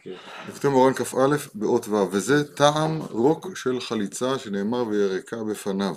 לכתוב מורן כ"א באות ו', וזה טעם רוק של חליצה שנאמר וירקה בפניו.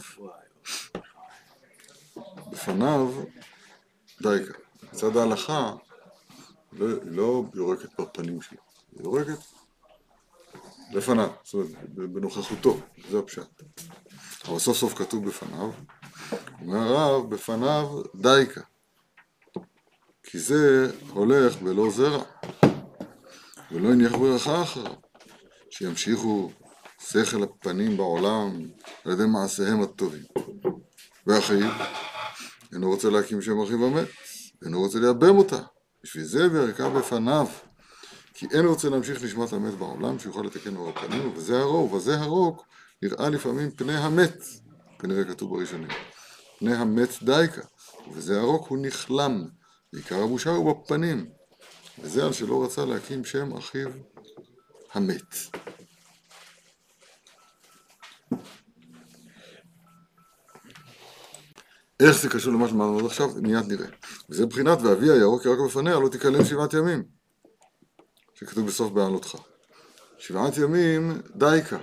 בפניו דייקה. מצד ההלכה לא יורקת בפנים שלו, היא יורקת לפניו, זאת אומרת בנוכחותו, זה הפשט. אבל סוף סוף כתוב בפניו, אומר הרב בפניו דייקה, כי זה הולך בלא זרע, ולא יניח ברכה אחריו, שימשיכו שכל הפנים בעולם על ידי מעשיהם הטובים. ואחיו, אינו רוצה להקים שם אחיו המת, אינו רוצה לייבם אותה, בשביל זה וירקה בפניו, כי אין רוצה להמשיך נשמת המת בעולם, שיוכל לתקן אור הפנים, וזה הרוק, וזה הרוק נראה לפעמים פני המת, כנראה כתוב בראשונים, פני המת דייקה, וזה הרוק הוא נכלם, בעיקר הבושה הוא בפנים, וזה על שלא רצה להקים שם אחיו המת. איך זה קשור למה שלמדנו עד עכשיו? מיד נראה. וזה בחינת ואבי הירוק ירק בפניה, לא תיכלם 7 ימים. שכתוב בסוף בעלותך. 7 ימים דייקה.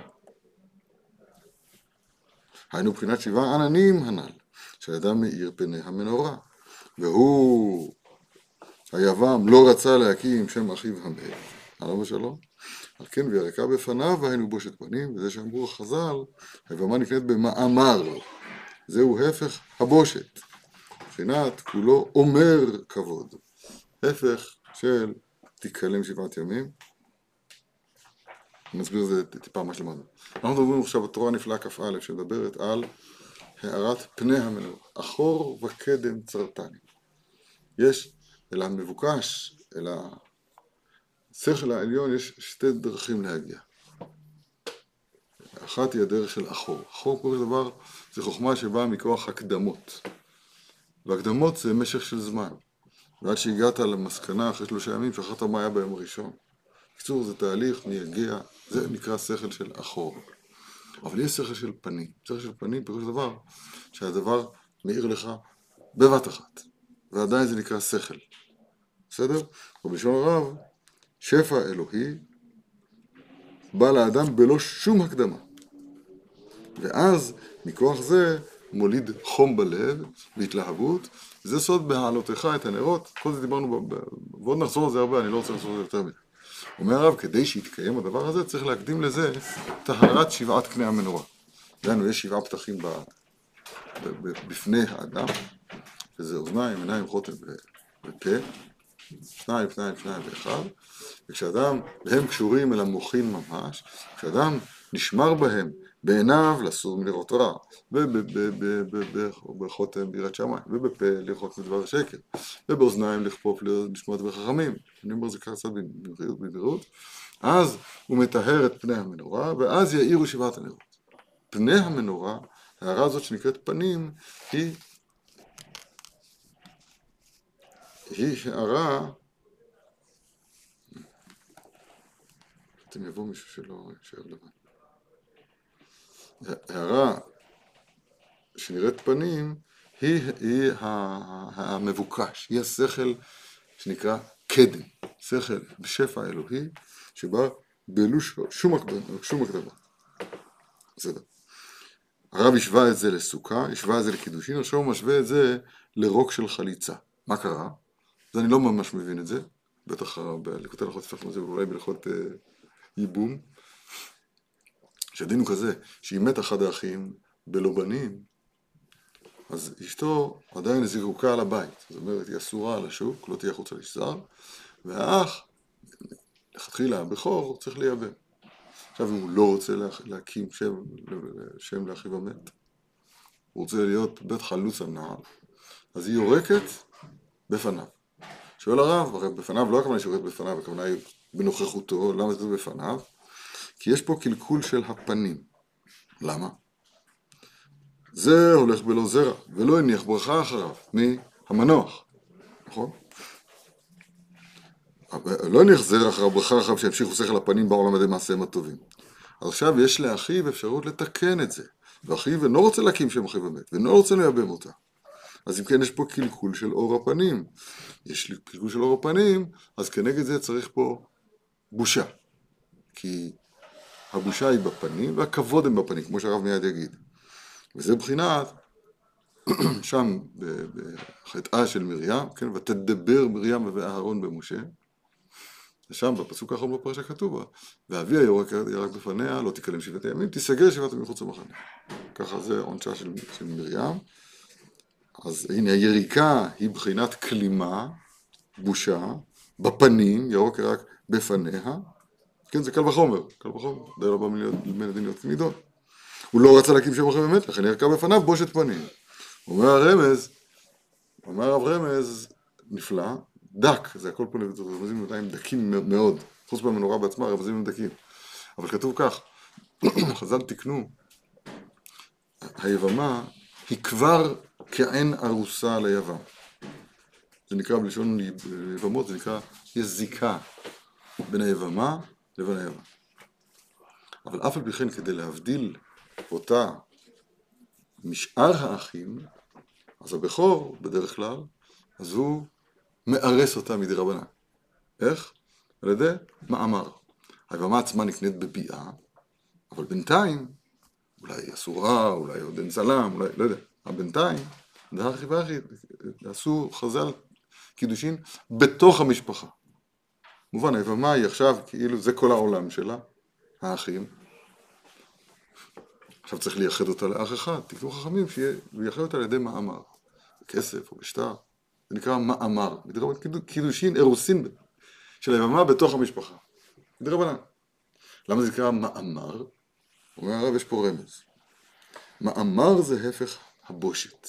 היינו בחינת 7 עננים הנ"ל, שהאדם מאיר פני המנורה. והוא, היבם, לא רצה להקים שם אחיו המת. עליו השלום. על כן וירקה בפניו והיינו בושת פנים, וזה שאמרו החז"ל, היבמה נקנית במאמר. זהו הפך הבושת. מבחינת כולו אומר כבוד. הפך של תיכלם 7 ימים. נסביר את זה טיפה מה שלמדנו. אנחנו מדברים עכשיו בתורה הנפלאה כ"א שמדברת על הארת פני המנורה. אחור וקדם צרתני. יש אל המבוקש, אל השכל העליון, יש 2 דרכים להגיע. אחת היא הדרך של אחור. אחור כל דבר זה חוכמה שבאה מכוח הקדמות. והקדמות זה משך של זמן. ועד שהגעת למסקנה אחרי 3 ימים, שכחת מה היה ביום הראשון. בקיצור, זה תהליך מייגע, זה נקרא שכל של אחור. אבל יש שכל של פנים. שכל של פנים פירוש דבר שהדבר מאיר לך בבת אחת. ועדיין זה נקרא שכל. בסדר? ובלשון הרב, שפע אלוהי בא לאדם בלא שום הקדמה. ואז מכוח זה מוליד חום בלב והתלהבות. זה סוד בהעלותך את הנרות. כל זה דיברנו, ועוד נחזור על זה הרבה, אני לא רוצה לחזור על זה יותר מדי. אומר הרב, כדי שיתקיים הדבר הזה, צריך להקדים לזה טהרת 7 קני המנורה. דהיינו, יש 7 פתחים בפני האדם, שזה אוזניים, עיניים, חותם ופה, 2 ו1, וכשאדם, והם קשורים אל המוחין ממש, כשאדם נשמר בהם, בעיניו לסור מלראות רע, ובחותם ביראת שמיים, ובפה לראות מדבר שקר, ובאוזניים לכפוף לשמוע דבר חכמים. אני אומר זה ככה קצת בבירות. אז הוא מטהר את פני המנורה, ואז יאירו 7 הנרות. פני המנורה, ההערה הזאת שנקראת פנים, היא הערה, אתם יבוא מישהו שלא יישאר לבן. הערה שנראית פנים היא המבוקש, היא השכל שנקרא קדם, שכל בשפע אלוהי שבא בלא שום הקדמה. בסדר. הרב השווה את זה לסוכה, השווה את זה לקידושין, עכשיו הוא משווה את זה לרוק של חליצה. מה קרה? אז אני לא ממש מבין את זה, בטח בלכות הלכות ספחנו את זה, ואולי בלכות ייבום. שהדין הוא כזה, שאם מת אחד האחים בלא בנים, אז אשתו עדיין זיקוקה על הבית. זאת אומרת, היא אסורה על השוק, לא תהיה חוצה לשזר, והאח, לכתחילה הבכור, צריך לייבם. עכשיו, אם הוא לא רוצה להקים שם לאחיו המת, הוא רוצה להיות בית חלוץ הנער, אז היא יורקת בפניו. שואל הרב, הרי בפניו לא הכוונה שיורקת בפניו, הכוונה היא בנוכחותו, למה זה בפניו? כי יש פה קלקול של הפנים. למה? זה הולך בלא זרע, ולא יניח ברכה אחריו, מהמנוח. נכון? לא יניח זרע אחריו, ברכה אחריו, שימשיכו שכל הפנים בעולם ידי מעשיהם הטובים. אז עכשיו יש לאחיו אפשרות לתקן את זה. ואחיו אינו רוצה להקים שם אחיו המת, ואינו רוצה לייבם אותה. אז אם כן יש פה קלקול של אור הפנים. יש קלקול של אור הפנים, אז כנגד זה צריך פה בושה. כי הבושה היא בפנים והכבוד הם בפנים, כמו שהרב מיד יגיד. וזה בחינת, שם בחטאה של מרים, כן, ותדבר מרים ואהרון במשה, ושם בפסוק האחרון בפרשה כתוב בה, ואביה ירק בפניה, לא תיכלם 7 ימים, תיסגר 7 מחוץ למחנה. ככה זה עונשה של מרים. אז הנה היריקה היא בחינת כלימה, בושה, בפנים, ירוק רק בפניה, כן, זה קל וחומר, די לא בא בין הדין להיות תמידון. הוא לא רצה להקים שם אחר באמת, לכן ירקה בפניו בושת פנים. אומר הרב רמז, נפלא, דק, זה הכל פה רמזים ידיים דקים מאוד, חוץ מהמנורה בעצמה, רמזים הם דקים. אבל כתוב כך, חז"ל תקנו, היבמה היא כבר כעין ארוסה ליבם. זה נקרא בלשון יבמות, זה נקרא, יש זיקה בין היבמה לבין היבם. אבל אף על פי כן, כדי להבדיל אותה משאר האחים, אז הבכור בדרך כלל, אז הוא מארס אותה מדרבנן. איך? על ידי מאמר. היבמה עצמה נקנית בביאה, אבל בינתיים, אולי אסורה, אולי עוד אין צלם, אולי, לא יודע, אבל בינתיים, דרכי ואחי, עשו חז"ל קידושין בתוך המשפחה. מובן, היבמה היא עכשיו, כאילו זה כל העולם שלה, האחים. עכשיו צריך לייחד אותה לאח אחד, תקנו חכמים שיייחד אותה על ידי מאמר, בכסף או בשטר, זה נקרא מאמר, קידושין אירוסין של היבמה בתוך המשפחה, מדרבנן. למה זה נקרא מאמר? אומר הרב, יש פה רמז. מאמר זה הפך הבושת.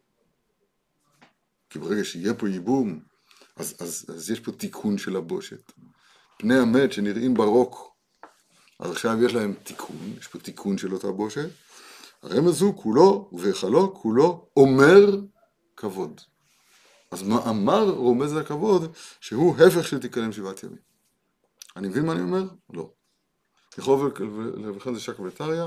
כי ברגע שיהיה פה ייבום, אז יש פה תיקון של הבושת. פני המת שנראים ברוק, אז עכשיו יש להם תיקון, יש פה תיקון של אותה בושת. הרמז הוא כולו ובהיכלו כולו אומר כבוד. אז מאמר רומז לכבוד שהוא הפך של תיכלם 7 ימים. אני מבין מה אני אומר? לא. לכן ולכן זה שקה וטריה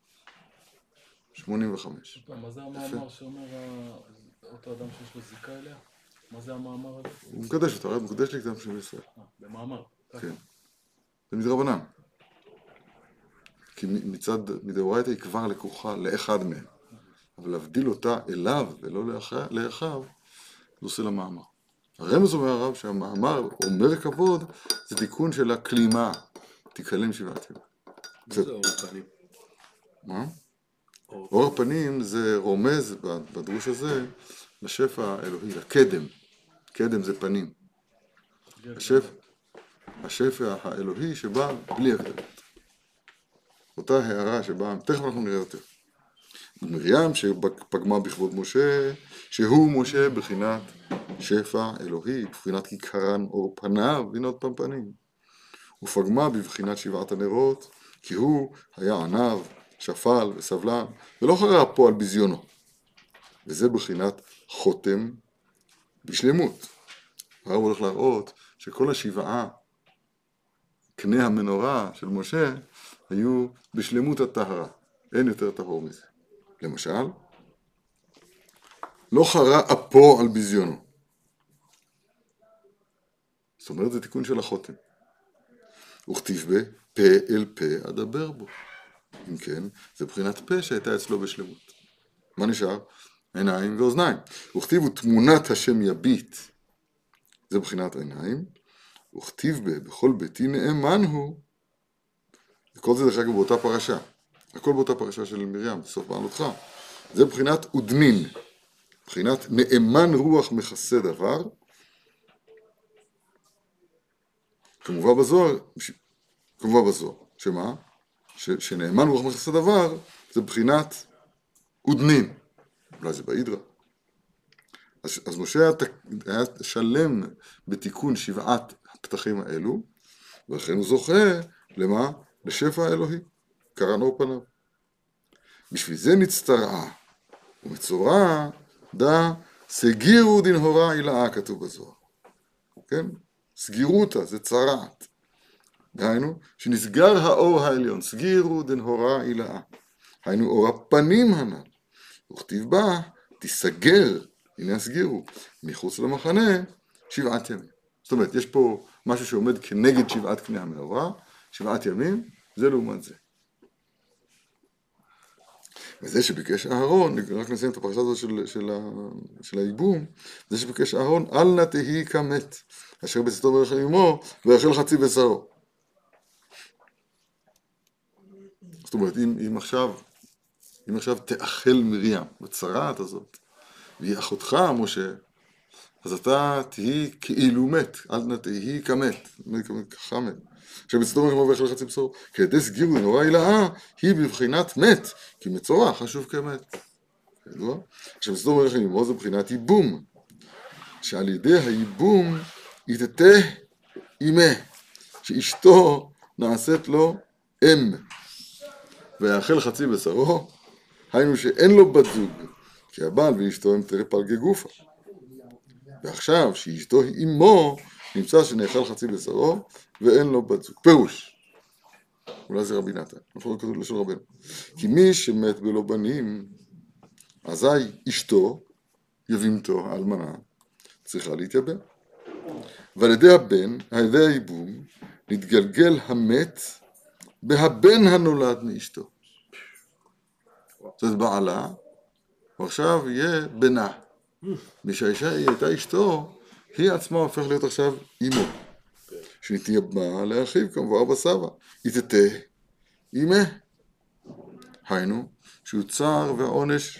85. מה זה המאמר שאומר אותו אדם שיש לו זיקה אליה? מה זה המאמר הזה? הוא מקדש אותה, הוא מקדש לי כתב של ישראל. במאמר. כן. זה מדרבנן. כי מדאורייתא היא כבר לקוחה לאחד מהם. אבל להבדיל אותה אליו ולא לאחיו, זה עושה למאמר. הרמז אומר הרב שהמאמר אומר כבוד, זה תיקון של הכלימה, תיכלם 7 ימים. מה זה אור הפנים? מה? אור הפנים זה רומז בדרוש הזה לשפע האלוהי, לקדם. קדם זה פנים. השפע האלוהי שבא בלי הקדמת. אותה הערה שבאה, תכף אנחנו נראה יותר. מרים שפגמה בכבוד משה, שהוא משה בחינת שפע אלוהי, בחינת כיכרן אור פניו, והנה עוד פעם פנים. ופגמה בבחינת 7 הנרות, כי הוא היה עניו, שפל וסבלן, ולא חרב פה על בזיונו. וזה בחינת חותם בשלמות. הרב הולך להראות שכל 7 קנה המנורה של משה היו בשלמות הטהרה. אין יותר טהור מזה. למשל, לא חרה אפו על בזיונו. זאת אומרת, זה תיקון של החותם. וכתיב פה אל פה אדבר בו. אם כן, זה בחינת פה שהייתה אצלו בשלמות. מה נשאר? עיניים ואוזניים. וכתיב תמונת השם יביט. זה בחינת עיניים. וכתיב בכל ביתי נאמן הוא. כל זה דרך אגב באותה פרשה. הכל באותה פרשה של מרים, בסוף בעלותך. זה בחינת עודנין. בחינת נאמן רוח מכסה דבר. כמובן בזוהר. שמה? שנאמן רוח מכסה דבר, זה בחינת עודנין. אולי זה בהידרה. אז משה היה שלם בתיקון 7 הפתחים האלו, ולכן הוא זוכה למה? לשפע האלוהי, קרן אור פניו. בשביל זה נצטרעה, ומצורעה דע סגירו דנהורה אילאה, כתוב בזוהר. כן? סגירותה, זה צרעת. דהיינו, שנסגר האור העליון, סגירו דנהורה אילאה. היינו אור הפנים הנ"ל. וכתיב בה, תיסגר, הנה הסגירו, מחוץ למחנה 7 ימים. זאת אומרת, יש פה משהו שעומד כנגד 7 קני המאורע, 7 ימים, זה לעומת זה. וזה שביקש אהרון, רק נסיים את הפרשה הזאת של הייבום, זה שביקש אהרון, אל נא תהי כמת, אשר בצאתו ברך עמו, ויאכל חצי בשרו. זאת אומרת, אם עכשיו תאכל מרים בצרעת הזאת, והיא אחותך, משה, אז אתה תהי כאילו מת, אל נא תהי כמת, ככה מת. שבצאתו ברך עמו ויאכל חצי בשרו, כדי סגירו נורא הילאה, היא בבחינת מת, כי מצורע חשוב כמת. ידוע? שבצאתו ברך עמו זה בחינת ייבום, שעל ידי הייבום יתתה אימה, שאשתו נעשית לו אם, ויאכל חצי בשרו, היינו שאין לו בת זוג, כי הבעל ואשתו הם תראה פלגי גופה. ועכשיו שאשתו היא אמו, נמצא שנאכל חצי בשרו, ואין לו בת זוג. פירוש. אולי זה רבי נתן, נכון כתוב לשון רבנו. כי מי שמת בלא בנים, אזי אשתו, יבימתו, האלמנה, צריכה להתייבם. ועל ידי הבן, על ידי הייבום, נתגלגל המת בהבן הנולד מאשתו. זאת בעלה, ועכשיו יהיה בנה. משהאישה היא הייתה אשתו, היא עצמה הופך להיות עכשיו אמו. שנתייבמה לאחיו כמובן בסבא. היא תתה אימה. היינו, שהוא צער והעונש,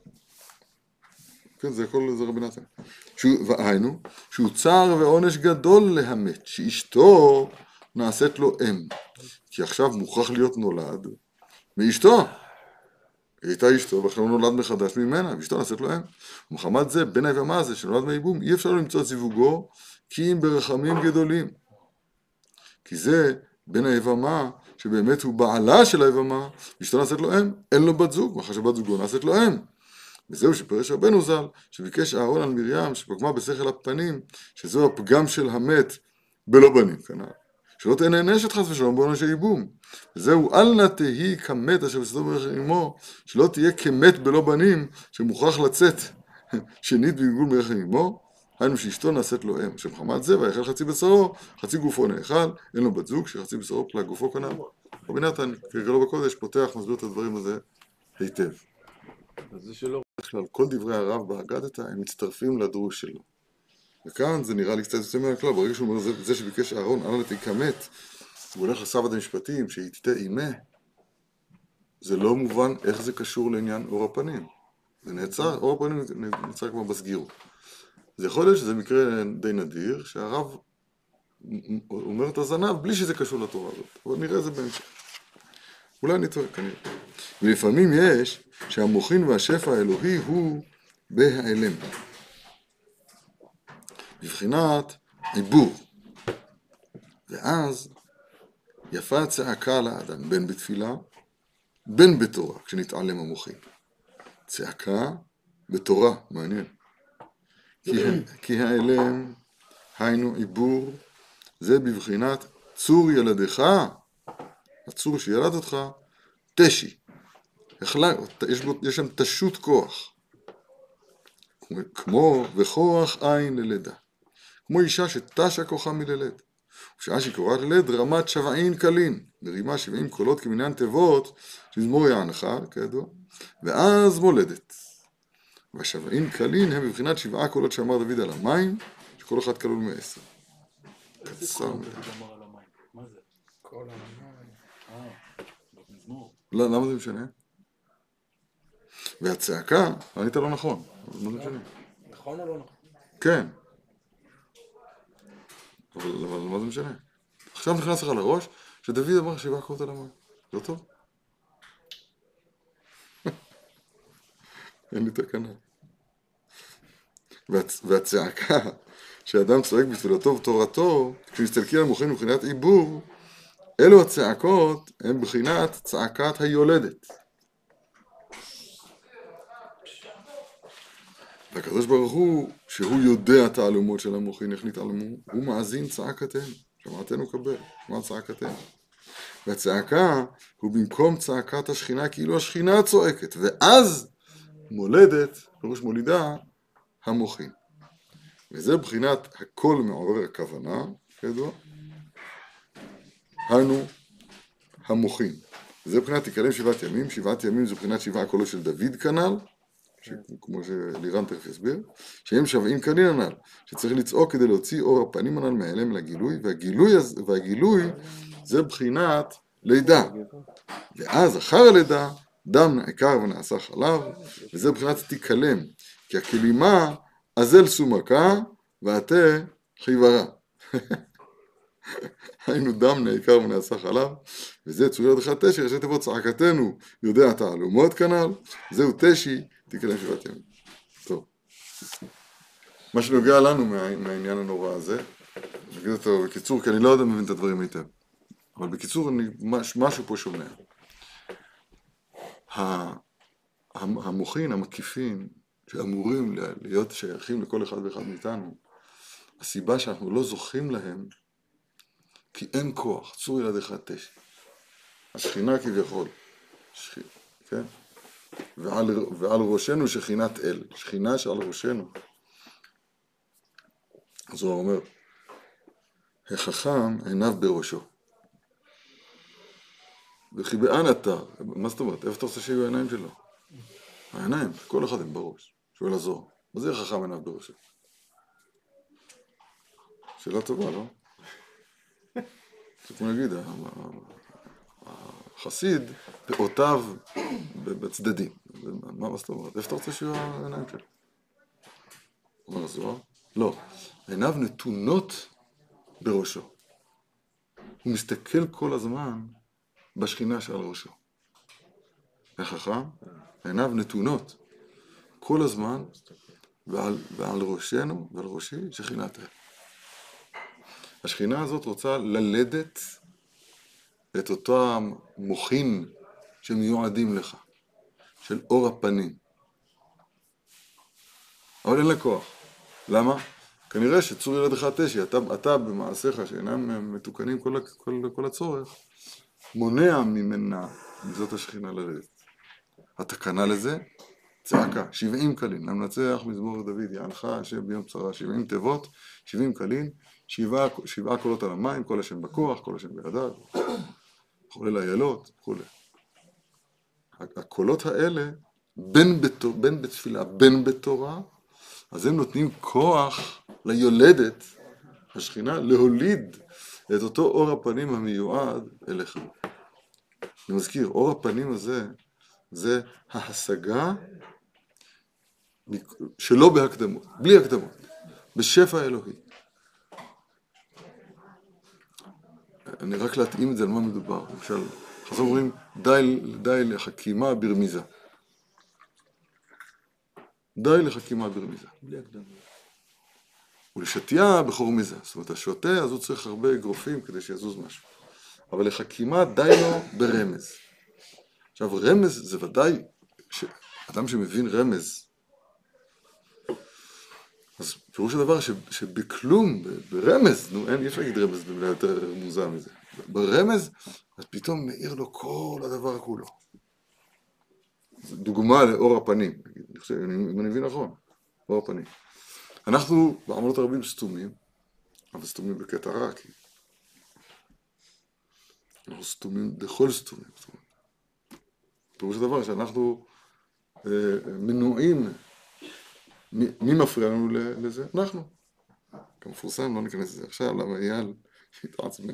כן, זה הכל, זה רבי נתן. היינו, שהוא צער ועונש גדול להמת, שאשתו נעשית לו אם. כי עכשיו מוכרח להיות נולד מאשתו. היא הייתה אשתו, ואחרי הוא נולד מחדש ממנה, ואשתו נעשית לו אם. ומחמת זה, בן היבמה הזה שנולד מהייבום, אי אפשר למצוא את זיווגו, כי אם ברחמים גדולים. כי זה בן היבמה, שבאמת הוא בעלה של היבמה, ואשתו נעשית לו אם, אין לו בת זוג, ואחרי שבת זוגו נעשית לו אם. וזהו שפרש רבנו ז"ל, שביקש אהרון על מרים, שפגמה בשכל הפנים, שזהו הפגם של המת בלא בנים, כנראה. שלא תנענשת חס ושלום בעונש הייבום. וזהו אל נא תהי כמת אשר בצאתו ברך עמו, שלא תהיה כמת בלא בנים, שמוכרח לצאת שנית בגלגול ברך עמו, היינו שאשתו נעשית לו אם. שמחמת זה ויאכל חצי בשרו, חצי גופו נאכל, אין לו בת זוג, שחצי בשרו פלג גופו כנראה. רבי נתן, כרגלו בקודש, פותח, מסביר את הדברים הזה היטב. אז זה שלא. בכלל, כל דברי הרב בהגדתא הם מצטרפים לדרוש שלו. וכאן זה נראה לי קצת יוצא מהכלל, ברגע שהוא אומר זה שביקש אהרון, אל נא תהי כמת, הוא הולך לסבא המשפטים, שהיא תתה אימה, זה לא מובן איך זה קשור לעניין אור הפנים. זה נעצר, אור הפנים נעצר כבר בסגירות. זה יכול להיות שזה מקרה די נדיר, שהרב אומר את הזנב בלי שזה קשור לתורה הזאת, אבל נראה את זה בהמשך. אולי נטועה כנראה. ולפעמים יש שהמוחין והשפע האלוהי הוא בהיעלם. בבחינת עיבור. ואז יפה צעקה לאדם, בין בתפילה, בין בתורה, כשנתעלם המוחין. צעקה בתורה, מעניין. כי העלם, היינו עיבור, זה בבחינת צור ילדך, הצור שילד אותך, תשי. יש שם תשות כוח. כמו וכוח עין ללידה. כמו אישה שתשה כוחה מללד. בשעה שהיא קוראת ללד, רמת שבעין קלין. מרימה 70 קולות כמניין תיבות, שמזמור יענך, כידוע. ואז מולדת. והשבעין קלין הם בבחינת 7 קולות שאמר דוד על המים, שכל אחד כלול מ10. קצר מדי. מה זה? כל המים. במזמור. לא, למה זה משנה? והצעקה, ענית לא נכון. מה זה משנה? נכון או לא נכון? כן. אבל מה זה משנה? עכשיו נכנס לך לראש שדוד אמר 7 קולות על המים. זה טוב? אין לי תקנה. והצעקה שאדם צועק בתפילתו ובתורתו, כשנסתלקי על המוחין מבחינת עיבור, אלו הצעקות הן בחינת צעקת היולדת. והקדוש ברוך הוא, שהוא יודע תעלומות של המוחין, איך נתעלמו, הוא מאזין צעקתנו, שמעתנו קבל, שמע צעקתנו. והצעקה הוא במקום צעקת השכינה, כאילו השכינה צועקת, ואז מולדת, פירוש מולידה, המוחין. וזה בחינת הכל מעורר הכוונה, כידוע, היינו המוחין. זה מבחינת תקלם 7 ימים, 7 ימים זה מבחינת 7 הקולות של דוד כנ"ל, כמו שלירן תכף יסביר, שהם 70 כנין הנ"ל, שצריך לצעוק כדי להוציא אור הפנים הנ"ל מההלם לגילוי, והגילוי זה בחינת לידה. ואז אחר הלידה, דם נעקר ונעשה חלב, וזה בחינת תקלם, כי הכלימה אזל סומקה ועתה חיוורה. היינו דם נעקר ונעשה חלב, וזה צורי ידך תשי, ראשי תיבות צעקתנו יודע תעלומות כנ"ל, זהו תשי, תקלם 7 ימים. טוב. מה שנוגע לנו מהעניין הנורא הזה, נגיד אותו בקיצור, כי אני לא יודע מבין את הדברים היטב, אבל בקיצור אני משהו פה שומע. המוחין, המקיפין, שאמורים להיות שייכים לכל אחד ואחד מאיתנו, הסיבה שאנחנו לא זוכים להם, כי אין כוח, צור ילדך תשי. השכינה כביכול, כן? ועל ראשנו שכינת אל, שכינה שעל ראשנו. אז הוא אומר, החכם עיניו בראשו. וכי באן אתה, מה זאת אומרת? איפה אתה רוצה שיהיו העיניים שלו? העיניים, כל אחד הם בראש, שואל הזוהר. מה זה החכם עיניו בראשו? שאלה טובה, לא? כמו נגיד, החסיד פאותיו בצדדים. מה זאת אומרת? איפה אתה רוצה שיהיו העיניים שלו? אומר הזוהר? לא, עיניו נתונות בראשו. הוא מסתכל כל הזמן בשכינה שעל ראשו. החכם, עיניו נתונות כל הזמן, ועל ראשנו ועל ראשי שכינת אל. השכינה הזאת רוצה ללדת את אותם מוחין שמיועדים לך, של אור הפנים. אבל אין לה כוח. למה? כנראה שצור ילדך תשי, אתה במעשיך שאינם מתוקנים כל הצורך, מונע ממנה, מזאת השכינה ללדת. התקנה לזה, צעקה, 70 קלין, למנצח מזמור דוד, יענך השם ביום צרה, 70 תיבות, 70 קלין, 7 קולות על המים, כל השם בכוח, כל השם בידיו, כולל איילות, כולל. הקולות האלה, בין בתפילה, בין בתורה, אז הם נותנים כוח ליולדת, השכינה, להוליד את אותו אור הפנים המיועד אליך. אני מזכיר, אור הפנים הזה, זה ההשגה שלא בהקדמות, בלי הקדמות, בשפע אלוהי. אני רק להתאים את זה על מה מדובר. למשל, חז"ל אומרים, די לחכימה ברמיזה. די לחכימה ברמיזה. בלי הקדמות. ולשתייה בחורמיזה. זאת אומרת, השותה, אז הוא צריך הרבה אגרופים כדי שיזוז משהו. אבל לחכימה די לו ברמז. עכשיו, רמז זה ודאי, אדם שמבין רמז, אז פירוש הדבר שבכלום, ברמז, אי אפשר להגיד רמז במילה יותר מוזר מזה. ברמז, אז פתאום מאיר לו כל הדבר כולו. זו דוגמה לאור הפנים, אם אני מבין נכון, אור הפנים. אנחנו בעמלות הרבים סתומים, אבל סתומים בקטע רע, כי אנחנו סתומים לכל סתומים. פירוש הדבר שאנחנו מנועים, מי מפריע לנו לזה? אנחנו. כמפורסם, לא ניכנס לזה עכשיו, למה אייל התעצבן.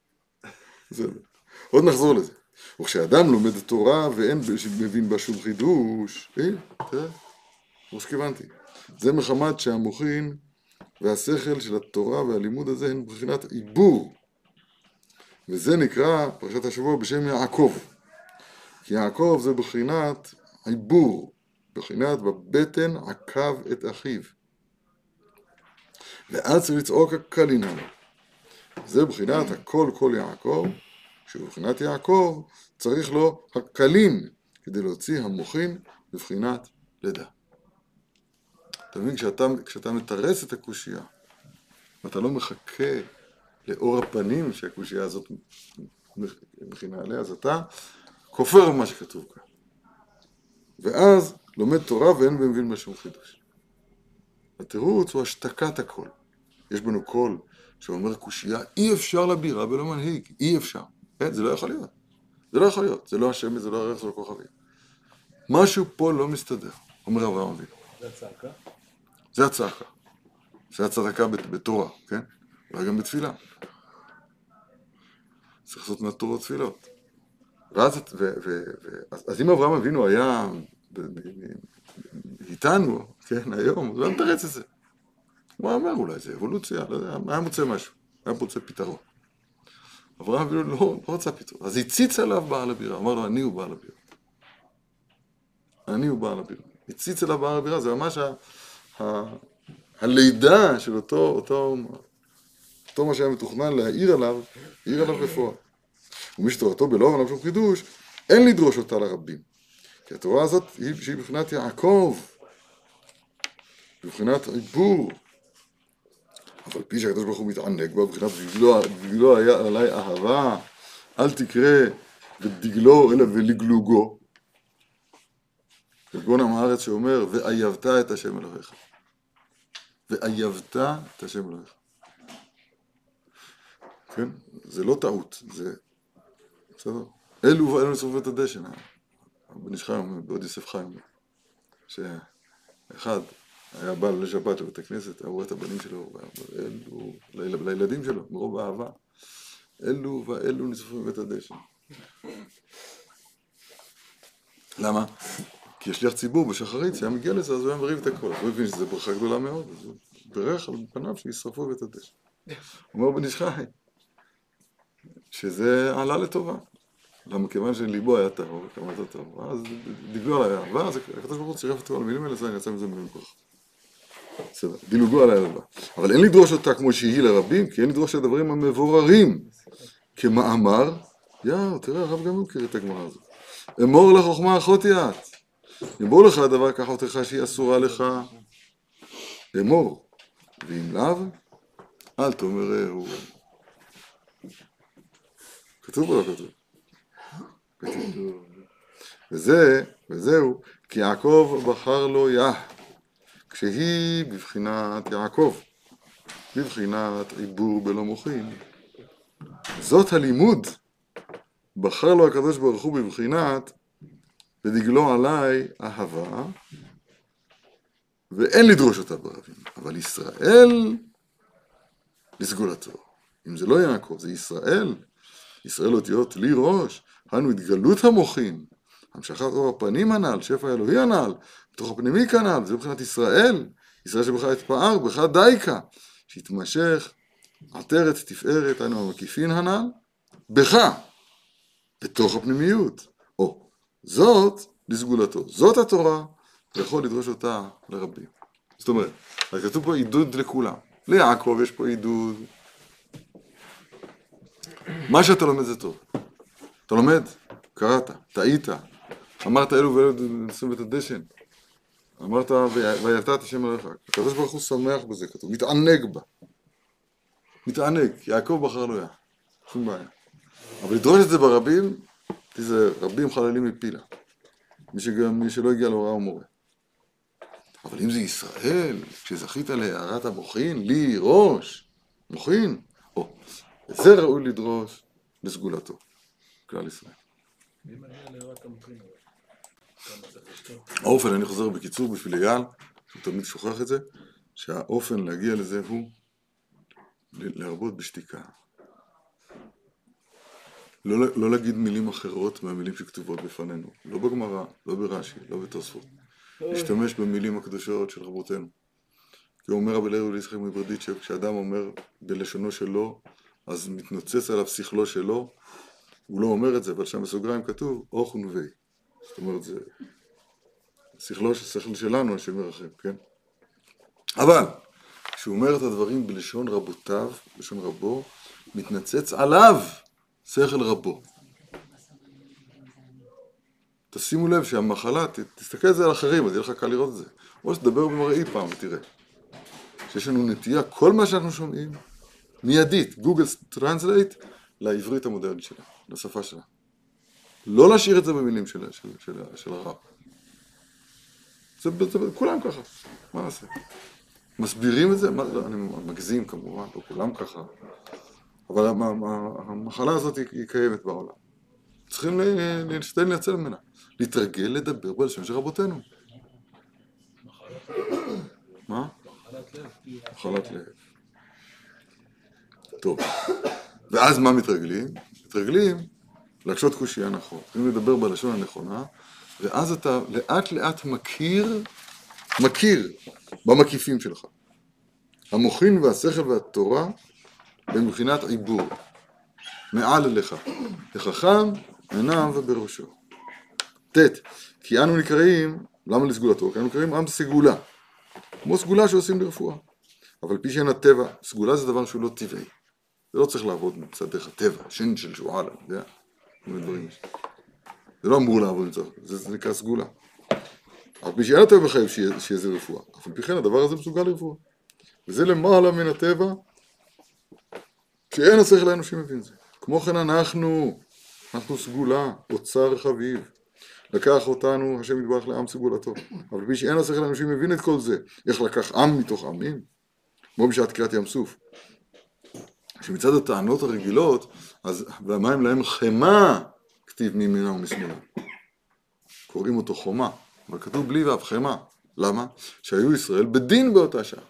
עוד נחזור לזה. וכשאדם לומד תורה ואין מבין בה שום חידוש, תראה, כמו שכיוונתי. זה מחמת שהמוחין והשכל של התורה והלימוד הזה הן בחינת עיבור. וזה נקרא פרשת השבוע בשם יעקב. כי יעקב זה בחינת עיבור, בחינת בבטן עקב את אחיו. ואז צריך לצעוק הקלינן. זה בחינת הכל כל יעקב, שבבחינת יעקב צריך לו הקלין, כדי להוציא המוחין בבחינת לידה. אתה מבין, כשאתה מתרס את הקושייה, ואתה לא מחכה לאור הפנים שהקושייה הזאת מכינה עליה, אז אתה כופר במה שכתוב כאן. ואז לומד תורה ואין במבין בשום חידוש. התירוץ הוא השתקת הכל. יש בנו קול שאומר קושייה, אי אפשר לבירה ולא מנהיג, אי אפשר. כן, זה לא יכול להיות. זה לא יכול להיות, זה לא השמש, זה לא הערך, זה לא כוכבים. משהו פה לא מסתדר, אומר אברהם אבינו. זה הצעקה? זה הצעקה. זה הצדקה בתורה, כן? וגם בתפילה. צריך לעשות מהתורה תפילות. אז אם אברהם אבינו היה איתנו, כן, היום, הוא היה מתרץ את זה. הוא היה אומר אולי, זה אבולוציה, לא יודע, היה מוצא משהו, היה מוצא פתרון. אברהם אבינו לא רצה פתרון, אז הציץ עליו בעל הבירה, אמר לו, אני הוא בעל הבירה. אני הוא בעל הבירה. הציץ עליו בעל הבירה, זה ממש הלידה של אותו מה שהיה מתוכנן להעיר עליו, העיר עליו בפועל. ומי שתורתו בלא עליו שום חידוש, אין לדרוש אותה לרבים. כי התורה הזאת שהיא בבחינת יעקב, בבחינת עיבור. אבל פי שהקדוש ברוך הוא מתענג בה, בבחינת דגלו היה עליי אהבה, אל תקרא ודגלו אלא ולגלוגו. כגון עם הארץ שאומר, ואייבת את השם אלוהיך. ואייבת את השם אלוהיך. כן? זה לא טעות, זה... בסדר? אלו ואלו נשרפו את הדשן. בן איש חיים, בעוד יוסף חיים, שאחד היה בא לשבת לבית הכנסת, היה רואה את הבנים שלו, לילדים שלו, מרוב אהבה. אלו ואלו נשרפו מבית הדשן. למה? כי השליח ציבור בשחרית, שהיה מגיע לזה, אז הוא היה מריב את הכל. הוא הבין שזו ברכה גדולה מאוד, אז הוא ברך על פניו שישרפו בית הדשן. אומר בן איש חיים, שזה עלה לטובה. למה כיוון שליבו היה טהור, כמובן טהור, אז דיגלו עליי אהבה, אז הקדוש ברוך הוא צירף אותו על המילים האלה, אז אני יצא מזה מילים כוח. בסדר, דילוגו עליי אהבה. אבל אין לדרוש אותה כמו שהיא לרבים, כי אין לדרוש את הדברים המבוררים. כמאמר, תראה, הרב גם מכיר את הגמרא הזאת. אמור לחוכמה אחותי את. אמור לך הדבר כך אותך שהיא אסורה לך. אמור. ואם לאו, אל תאמרהו. כתוב או לא כתוב? וזהו, כי יעקב בחר לו כשהיא בבחינת יעקב, בבחינת עיבור בלא מוחין. זאת הלימוד, בחר לו הקדוש ברוך הוא בבחינת ודגלו עליי אהבה, ואין לדרוש אותה ברבים, אבל ישראל לסגולתו. אם זה לא יעקב, זה ישראל. ישראל אותיות לי ראש, הנו התגלות המוחין, המשכת אור הפנים הנ"ל, שפע האלוהי הנ"ל, בתוך הפנימי כנ"ל, זה מבחינת ישראל, ישראל שבך התפאר, בך דייקה, שהתמשך, עטרת תפארת, היינו המקיפין הנ"ל, בך, בתוך הפנימיות. זאת לסגולתו, זאת התורה, ויכול לדרוש אותה לרבים. זאת אומרת, אז כתוב פה עידוד לכולם. ליעקב יש פה עידוד. מה שאתה לומד זה טוב. אתה לומד, קראת, טעית, אמרת אלו ואלו נשים את הדשן. אמרת ואייבת את השם אלוהיך. הקדוש ברוך הוא שמח בזה, כתוב, מתענג בה. מתענג, יעקב בחר לו שום בעיה. אבל לדרוש את זה ברבים, זה רבים חללים מפילה. מי שלא הגיע להוראה ומורה. אבל אם זה ישראל, כשזכית להערת המוחין, לי ראש, מוחין, זה ראוי לדרוש לסגולתו, כלל ישראל. מי מגיע להערת המוחין? האופן, אני חוזר בקיצור בשביל אייל, הוא תמיד שוכח את זה, שהאופן להגיע לזה הוא להרבות בשתיקה. לא להגיד מילים אחרות מהמילים שכתובות בפנינו. לא בגמרא, לא ברש"י, לא בתוספות. להשתמש במילים הקדושות של רבותינו. כי הוא אומר רבי אליהו ליצחק מברדיצ'ב, כשאדם אומר בלשונו שלו, אז מתנוצץ עליו שכלו שלו, הוא לא אומר את זה, אבל שם בסוגריים כתוב, אוך ונווי. זאת אומרת, זה שכל שלנו, השם ירחם, כן? אבל, כשהוא אומר את הדברים בלשון רבותיו, בלשון רבו, מתנצץ עליו שכל רבו. תשימו לב שהמחלה, תסתכל על זה על אחרים, אז יהיה לך קל לראות את זה. או שתדבר במראי פעם ותראה. שיש לנו נטייה, כל מה שאנחנו שומעים, מיידית, גוגל טרנסלייט, לעברית המודרנית שלה, לשפה שלה. לא להשאיר את זה במילים של הרב. זה כולם ככה, מה נעשה? מסבירים את זה, לא, אני מגזים כמובן, לא כולם ככה, אבל המחלה הזאת היא קיימת בעולם. צריכים להשתדל לנצל ממנה, להתרגל לדבר בלשון של רבותינו. מה? מחלת לב. מחלת לב. טוב, ואז מה מתרגלים? מתרגלים להקשות קושייה נכון, צריכים לדבר בלשון הנכונה, ואז אתה לאט לאט מכיר במקיפים שלך. המוחין והשכל והתורה במבחינת עיבור, מעל אליך, לחכם, עיניו ובראשו. כי אנו נקראים, למה לסגולתו? כי אנו נקראים עם סגולה, כמו סגולה שעושים לרפואה. אבל פי שאין הטבע, סגולה זה דבר שהוא לא טבעי. זה לא צריך לעבוד מצד דרך הטבע, שן של שועל, זה לא אמור לעבוד מצד, זה נקרא סגולה. אבל פי שאין הטבע בחייב שיהיה זה רפואה. אבל פי כן הדבר הזה מסוגל לרפואה. וזה למעלה מן הטבע, שאין השכל האנושי מבין זה. כמו כן אנחנו סגולה, אוצר חביב. לקח אותנו השם יתברך לעם סגולתו. אבל פי שאין השכל האנושי מבין את כל זה. איך לקח עם מתוך עמים? כמו בשעת קריאת ים סוף. שמצד הטענות הרגילות, אז והמים להם חמה, כתיב מימינם ומשמאלם. קוראים אותו חומה, אבל כתוב בלי ואף חמה. למה? שהיו ישראל בדין באותה שעה.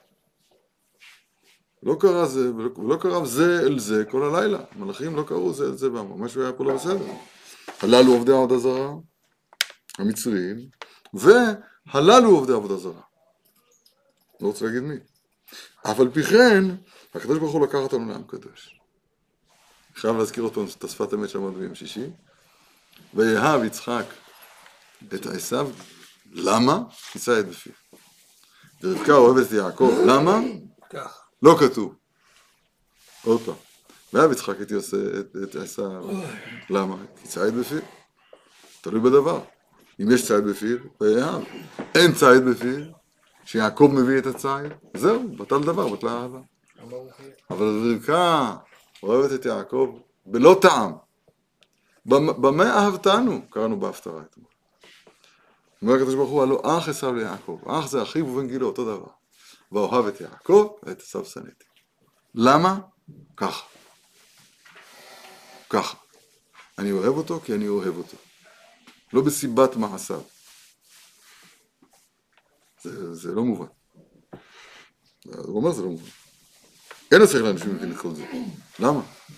לא קרב זה אל זה כל הלילה. מלאכים לא קראו זה אל זה, משהו היה פה לא בסדר. הללו עובדי עבודה זרה, המצרים, והללו עובדי עבודה זרה. לא רוצה להגיד מי. אבל פי כן, הקדוש ברוך הוא לקח אותנו לעם קדוש. חייב להזכיר אותו את השפת אמת שעמד ביום שישי. ויאהב יצחק את עשיו, למה? כיסה את בפיו. ורבקה אוהבת את יעקב, למה? כך. לא כתוב. עוד פעם. ואהב יצחק את עשיו, למה? כיסה את בפיו. תלוי בדבר. אם יש ציד בפיו, ויאהב. אין ציד בפיו, שיעקב מביא את הציד, זהו, בטל דבר, בטלה אהבה. אבל רבקה אוהבת את יעקב בלא טעם. במה אהבתנו? קראנו בהפטרה אתמול. אומר הקדוש ברוך הוא, הלא אח עשיו ליעקב. אח זה אחיו ובן גילו, אותו דבר. ואוהב את יעקב ואת עשיו שנאתי. למה? ככה. ככה. אני אוהב אותו כי אני אוהב אותו. לא בסיבת מעשיו. זה לא מובן. הוא אומר זה לא מובן. אין השכל לאנשים מבין את כל זה. למה?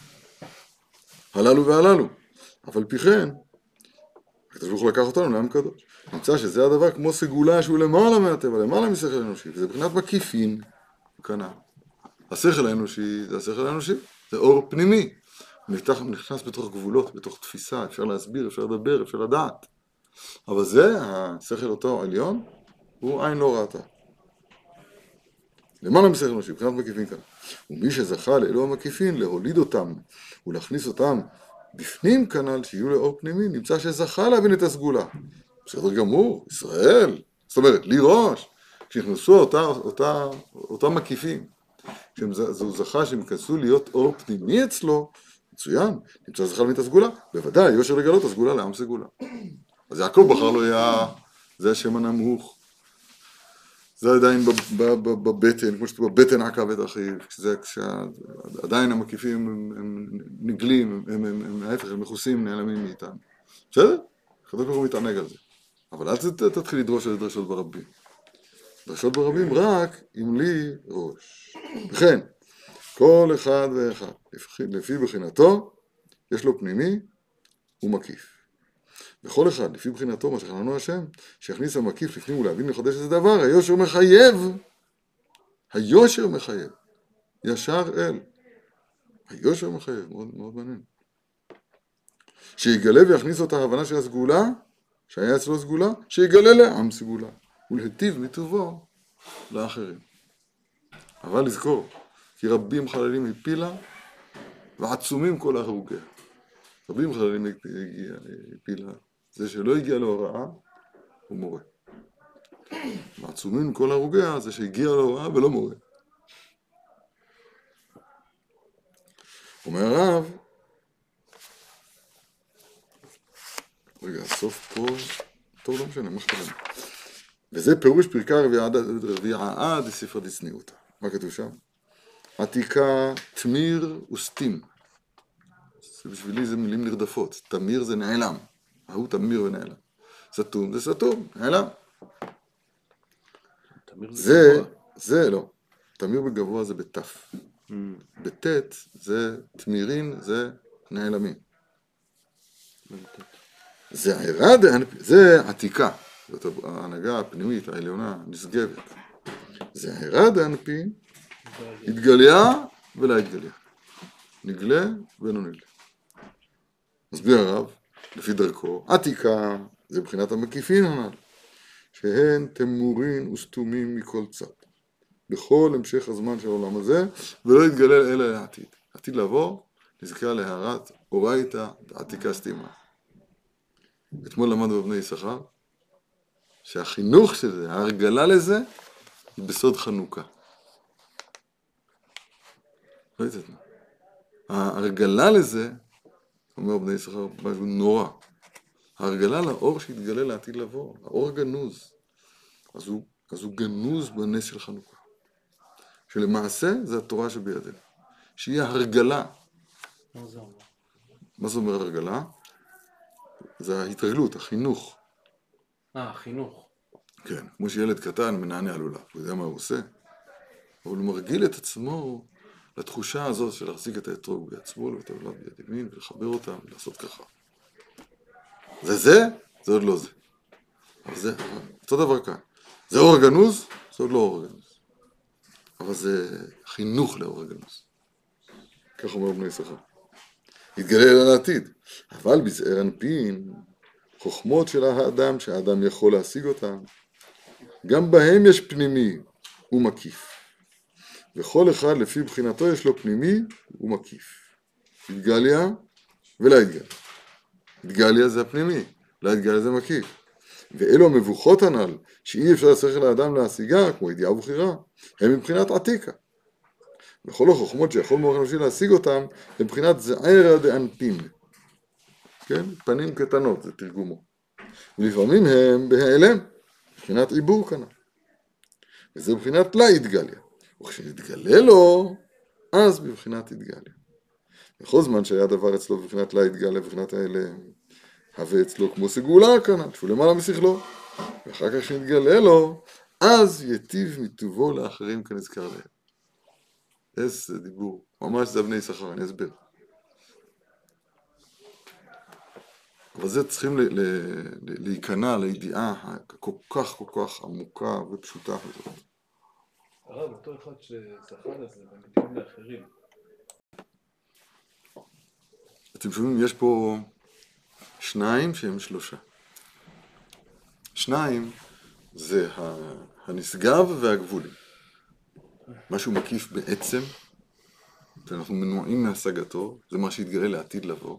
הללו והללו. אבל פי כן, הקדוש ברוך הוא לקח אותנו לעם קדוש. נמצא שזה הדבר כמו סגולה שהוא למעלה מהטבע, למעלה משכל האנושי. וזה מבחינת מקיפין, כנ"ל. השכל האנושי זה השכל האנושי. זה אור פנימי. נכנס בתוך גבולות, בתוך תפיסה. אפשר להסביר, אפשר לדבר, אפשר לדעת. אבל זה, השכל אותו עליון, הוא עין לא ראתה. למעלה משכל אנושי, מבחינת מקיפין כאן. ומי שזכה לאלוה המקיפין, להוליד אותם ולהכניס אותם בפנים כנ"ל, שיהיו לאור פנימי, נמצא שזכה להבין את הסגולה. בסדר גמור, ישראל. זאת אומרת, לי ראש, כשנכנסו אותם מקיפים, כשהוא זכה שהם יכנסו להיות אור פנימי אצלו, מצוין, נמצא זכה להבין את הסגולה, בוודאי, יושר לגלות הסגולה לעם סגולה. אז יעקב בחר לו זה השם הנמוך. זה עדיין בבטן, כמו שאתה בבטן עקב את אחיו, כשעדיין המקיפים הם נגלים, הם ההפך, הם מכוסים, נעלמים מאיתנו. בסדר? הקדוש ברוך הוא מתענג על זה. אבל אל תתחיל לדרוש על דרשות ברבים. דרשות ברבים רק עם לי ראש. וכן, כל אחד ואחד, לפי בחינתו, יש לו פנימי ומקיף. וכל אחד, לפי בחינתו, מה שחננו השם, שיכניס המקיף לפנים ולהבין לחדש את הדבר, היושר מחייב, ישר אל. היושר מחייב, מאוד, מאוד מעניין. שיגלה ויכניס אותה ההבנה של הסגולה, שהיה אצלו סגולה, שיגלה לעם סגולה, ולהטיב מטובו לאחרים. אבל לזכור, כי רבים חללים הפילה, ועצומים כל הרוגיה. רבים חללים הפילה, זה שלא הגיע להוראה, הוא מורה. ועצומים כל הרוגיה, זה שהגיע להוראה ולא מורה. אומר הרב, רגע, הסוף פה, טוב לא משנה, מה חלם? וזה פירוש פרקה רביעה דספר דצניעותא. מה כתוב שם? עתיקה, תמיר וסתים. בשבילי זה מילים נרדפות. תמיר זה נעלם. ההוא תמיר ונעלם. סתום זה סתום, נעלם. זה לא. תמיר בגבוה זה בתף. בתת זה תמירין, זה נעלמים. זה עירה דאנפין, זה עתיקה. זאת ההנהגה הפנימית, העליונה, נשגבת. זה עירה דאנפין, התגליה ולא התגליה. נגלה ולא נגלה. מסביר הרב, לפי דרכו, עתיקה זה מבחינת המקיפין הנ"ל, שהן תמורין וסתומים מכל צד, בכל המשך הזמן של העולם הזה, ולא יתגלה אלא לעתיד. עתיד לבוא, נזכר להערת אורייתא עתיקה סתימה. אתמול למדנו בבני יששכר, שהחינוך של זה, ההרגלה לזה, היא בסוד חנוכה. ראית את זה? ההרגלה לזה, אומר בני יששכר, משהו נורא. ההרגלה לאור שהתגלה לעתיד לבוא, האור הגנוז, אז הוא גנוז בנס של חנוכה. שלמעשה זה התורה שבידינו. שהיא הרגלה. מה זה אומר? מה זה אומר הרגלה? זה ההתרגלות, החינוך. החינוך. כן, כמו שילד קטן מנענע לולב, הוא יודע מה הוא עושה. אבל הוא מרגיל את עצמו לתחושה הזאת של להחזיק את האתרוג ביד שמאל ואת הלולב ביד ימין ולחבר אותם ולעשות ככה. זה עוד לא זה. אבל זה אותו דבר כאן. זה אור הגנוז, זה עוד לא אור הגנוז. אבל זה חינוך לאור הגנוז. כך אומר בני יששכר. יתגלה אל העתיד. אבל בזעיר אנפין, חוכמות של האדם שהאדם יכול להשיג אותם, גם בהם יש פנימי ומקיף. וכל אחד לפי בחינתו יש לו פנימי ומקיף. התגליה ולא התגליה. התגליה זה הפנימי, לא התגליה זה מקיף. ואלו המבוכות הנ"ל, שאי אפשר לשכל האדם להשיגה, כמו ידיעה ובחירה, הם מבחינת עתיקה. וכל החוכמות שיכול מוח אנושי להשיג אותם, הם מבחינת זעירא דאנפין. כן? פנים קטנות, זה תרגומו. ולפעמים הם בהיעלם, מבחינת עיבור כנ"ל. וזה מבחינת לה התגליה. וכשנתגלה לו, אז בבחינת התגליה. בכל זמן שהיה דבר אצלו בבחינת לה התגליה, בבחינת ההיעלם, הווה אצלו כמו סגולה כנ"ל, שהוא למעלה משכלו. ואחר כך שנתגלה לו, אז יטיב מטובו לאחרים כנזכר להם. איזה דיבור, ממש זה בני יששכר, אני אסביר. אבל זה צריכים להיכנע לידיעה כל כך עמוקה ופשוטה הזאת. הרב, אותו אחד שזכה לזה ומתאים לאחרים. אתם שומעים, יש פה שניים שהם שלושה. שניים זה הנשגב והגבולים. משהו מקיף בעצם, שאנחנו מנועים מהשגתו, זה מה שהתגלה לעתיד לבוא.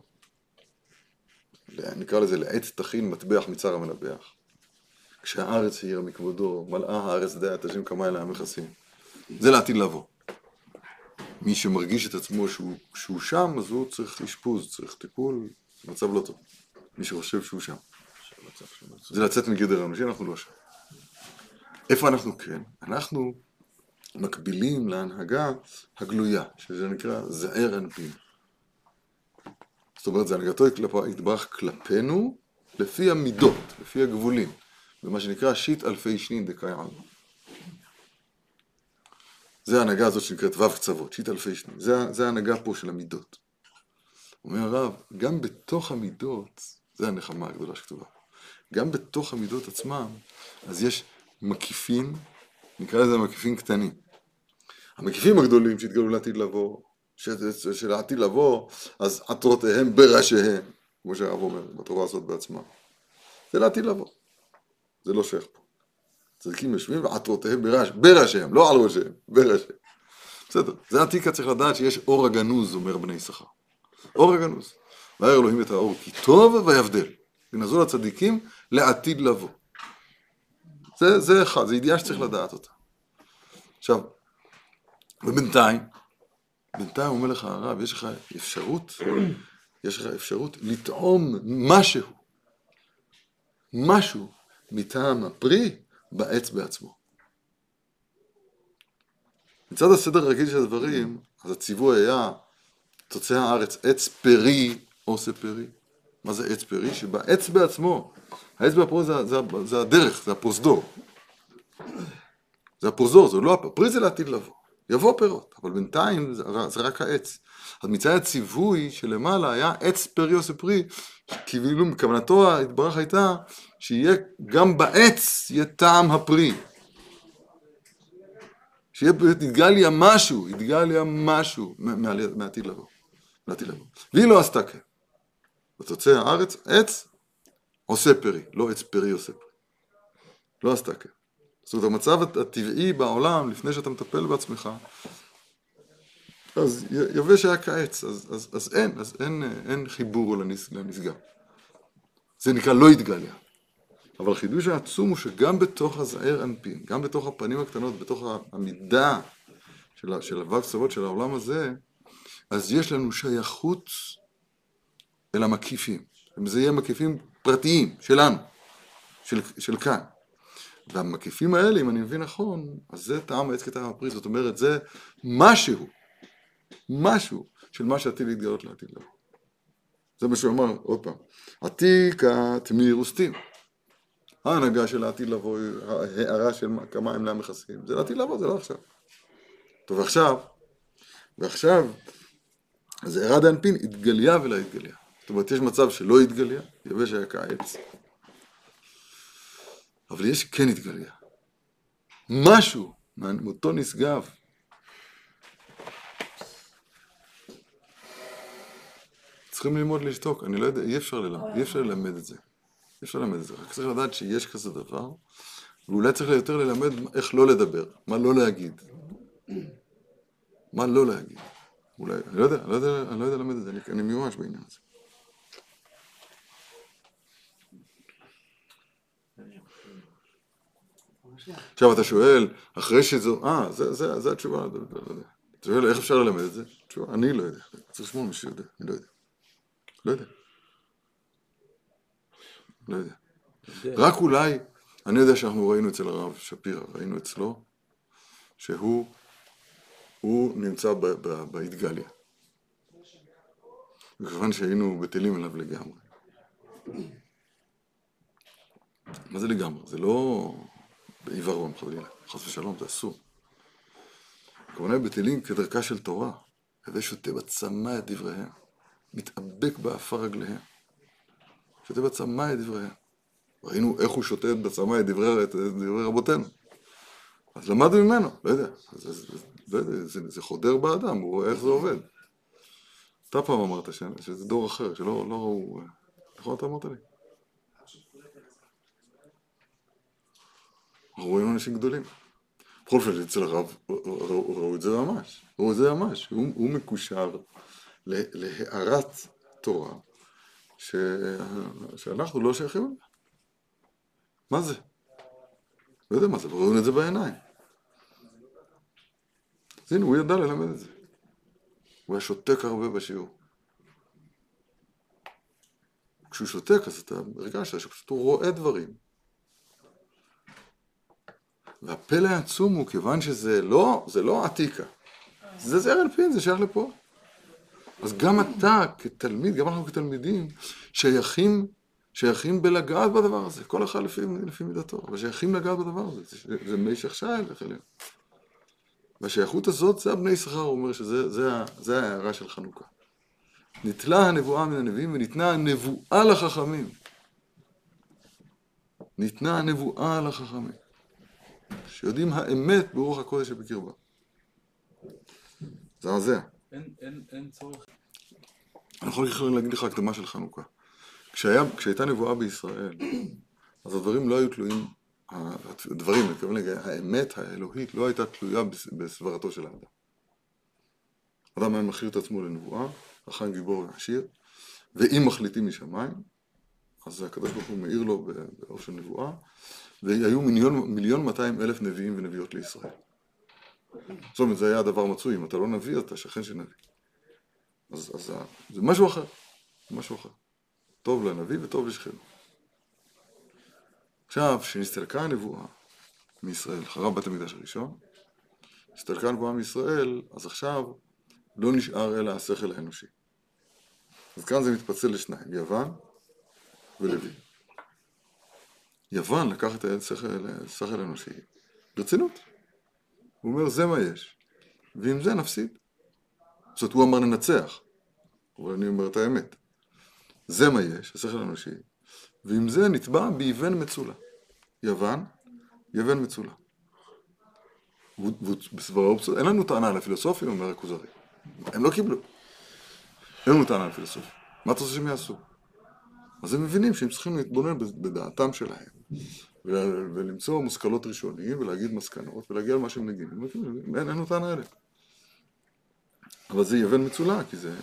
נקרא לזה לעץ תכין מטבח מצער המנבח. כשהארץ העירה מכבודו, מלאה הארץ דעה את השם כמה אלה המכסים. זה לעתיד לבוא. מי שמרגיש את עצמו שהוא שם, אז הוא צריך אשפוז, צריך טיפול, זה מצב לא טוב. מי שחושב שהוא שם. זה לצאת מגדר האנושי, אנחנו לא שם. איפה אנחנו כן? אנחנו מקבילים להנהגה הגלויה, שזה נקרא זעיר אנפין. זאת אומרת, זה הנהגתו יתברך כלפינו, לפי המידות, לפי הגבולים, במה שנקרא שיט אלפי שנין דקאי עם. זה ההנהגה הזאת שנקראת וו קצוות, שיט אלפי שנין. זה ההנהגה פה של המידות. אומר הרב, גם בתוך המידות, זה הנחמה הגדולה שכתובה. גם בתוך המידות עצמם, אז יש מקיפים, נקרא לזה מקיפים קטנים. המקיפים הגדולים שהתגלו לעתיד לבוא, שלעתיד לבוא, אז עטרותיהם בראשיהם, כמו שהרב אומר, בתורה הזאת בעצמה. זה לעתיד לבוא. זה לא שייך פה. צדיקים יושבים ועטרותיהם בראשיהם, לא על ראשיהם, בראשיהם. בסדר, זה עתיקה צריך לדעת שיש אור הגנוז, אומר בני יששכר. אור הגנוז. וירא אלוהים את האור כי טוב ויבדל. ונעזור לצדיקים לעתיד לבוא. זה אחד, זה ידיעה שצריך לדעת אותה. עכשיו, ובינתיים אומר לך הרב, יש לך אפשרות לטעום משהו מטעם הפרי בעץ בעצמו. מצד הסדר הרגיל של הדברים, אז הציווי היה, תוצא הארץ, עץ פרי עושה פרי. מה זה עץ פרי? שבעץ בעצמו, העץ בעצמו זה הדרך, זה הפרוזדור. זה הפרוזדור, זה לא הפרי, זה לעתיד לבוא. יבוא פירות, אבל בינתיים זה רק העץ. אז מצד הציווי שלמעלה היה עץ פרי עושה פרי, כאילו מכוונתו התברך הייתה, שיהיה גם בעץ יהיה טעם הפרי. יתגליה משהו מעתיד לבוא. והיא לא עשתה כן. ותוצא הארץ, עץ עושה פרי, לא עץ פרי עושה פרי. לא עשתה כן. זאת אומרת, המצב הטבעי בעולם, לפני שאתה מטפל בעצמך, אז יבש היה כעץ, אז אין חיבור לנשגב. זה נקרא לא התגליה. אבל החידוש העצום הוא שגם בתוך הזעיר אנפין, גם בתוך הפנים הקטנות, בתוך המידה של הו"ב קצוות של העולם הזה, אז יש לנו שייכות אל המקיפים. זה יהיה מקיפים פרטיים שלנו, של כאן. והמקיפים האלה, אם אני מבין נכון, אז זה טעם העץ כטעם הפרי, זאת אומרת, זה משהו של מה שעתיד להתגלות לעתיד לבוא. זה מה שהוא אמר, עוד פעם, עתיקה תמיר וסתים. ההנהגה של העתיד לבוא, הערה של כמה הם להם מכסים, זה לעתיד לבוא, זה לא עכשיו. טוב, ועכשיו, אז הערה דאנפין התגליה ולא התגליה. זאת אומרת, יש מצב שלא התגליה, יבש היה כעץ. אבל יש כן התגליה. משהו מאותו נשגב. צריכים ללמוד לשתוק, אני לא יודע, אי אפשר ללמד את זה. רק צריך לדעת שיש כזה דבר, ואולי צריך יותר ללמד איך לא לדבר, מה לא להגיד. אולי, אני לא יודע ללמד את זה, אני ממש בעניין הזה. עכשיו אתה שואל, אחרי שזו, זה התשובה, אתה שואל איך אפשר ללמד את זה? תשובה, אני לא יודע, צריך לשמוע מישהו יודע, אני לא יודע. רק אולי, אני יודע שאנחנו ראינו אצל הרב שפירא, ראינו אצלו, שהוא נמצא בהתגליה. וכיוון שהיינו בטלים אליו לגמרי. מה זה לגמרי? זה לא בעיוורון, חלילה, חס ושלום, זה אסור. הכוונה בטלים כדרכה של תורה, כדי שותה בצמא את דבריהם, מתאבק באפר רגליהם. שותה בצמא את דבריהם. ראינו איך הוא שותה בצמא את דברי רבותינו. אז למדנו ממנו, לא יודע. זה חודר באדם, הוא רואה איך זה עובד. אתה פעם אמרת שזה דור אחר, שלא ראו... נכון אתה אמרת לי? אנחנו רואים אנשים גדולים. בכל זאת, אצל הרב ראו את זה ממש. הוא מקושר להארת תורה שאנחנו לא שייכים אליה. מה זה? לא יודע מה זה, ראו את זה בעיניים. אז הנה, הוא ידע ללמד את זה. הוא היה שותק הרבה בשיעור. כשהוא שותק, אז אתה הרגשת שפשוט הוא רואה דברים. והפלא העצום הוא כיוון שזה לא עתיקה. זה זעיר אנפין, זה שייך לפה. אז גם אתה כתלמיד, גם אנחנו כתלמידים, שייכים בלגעת בדבר הזה. כל אחד לפי מידתו, אבל שייכים לגעת בדבר הזה. זה מי שחשאי לכלים. והשייכות הזאת, זה הבני שכר, הוא אומר שזה ההערה של חנוכה. נטלה הנבואה מן הנביאים וניתנה הנבואה לחכמים. שיודעים האמת ברוח הקודש שבקרבה. זה. אין צורך. אני יכול להגיד לך הקדמה של חנוכה. כשהייתה נבואה בישראל, אז הדברים לא היו תלויים, האמת האלוהית לא הייתה תלויה בסברתו של האדם. אדם היה מכיר את עצמו לנבואה, חכם גיבור ועשיר, ואם מחליטים משמיים, אז הקדוש ברוך הוא מאיר לו באור של נבואה, והיו 1,200,000 נביאים ונביאות לישראל. זאת אומרת, זה היה הדבר מצוי, אם אתה לא נביא, אתה שכן של נביא. אז זה משהו אחר. טוב לנביא וטוב לשכנו. עכשיו, שנסתלקה הנבואה, מישראל, חרב בית המקדש הראשון, הסתלקה הנבואה מישראל, אז עכשיו לא נשאר אלא השכל האנושי. אז כאן זה מתפצל לשניים, יוון ולוי. יוון לקח את השכל האנושי ברצינות. הוא אומר, זה מה יש, ועם זה נפסיד. זאת אומרת, הוא אמר ננצח, אבל אני אומר את האמת. זה מה יש, השכל האנושי, ועם זה נטבע באבן מצולה. יוון, אבן מצולה. אין לנו טענה על הפילוסופיה, אומר הכוזרי. הם לא קיבלו. אין לנו טענה על הפילוסופיה. מה אתה רוצה שהם יעשו? אז הם מבינים שהם צריכים להתבונן בדעתם שלהם, ולמצוא מושכלות ראשונים, ולהגיד מסקנות, ולהגיע למה שהם נגיעים. אין לנו טענה עליהם. אבל זה אבן מצולה, כי זה...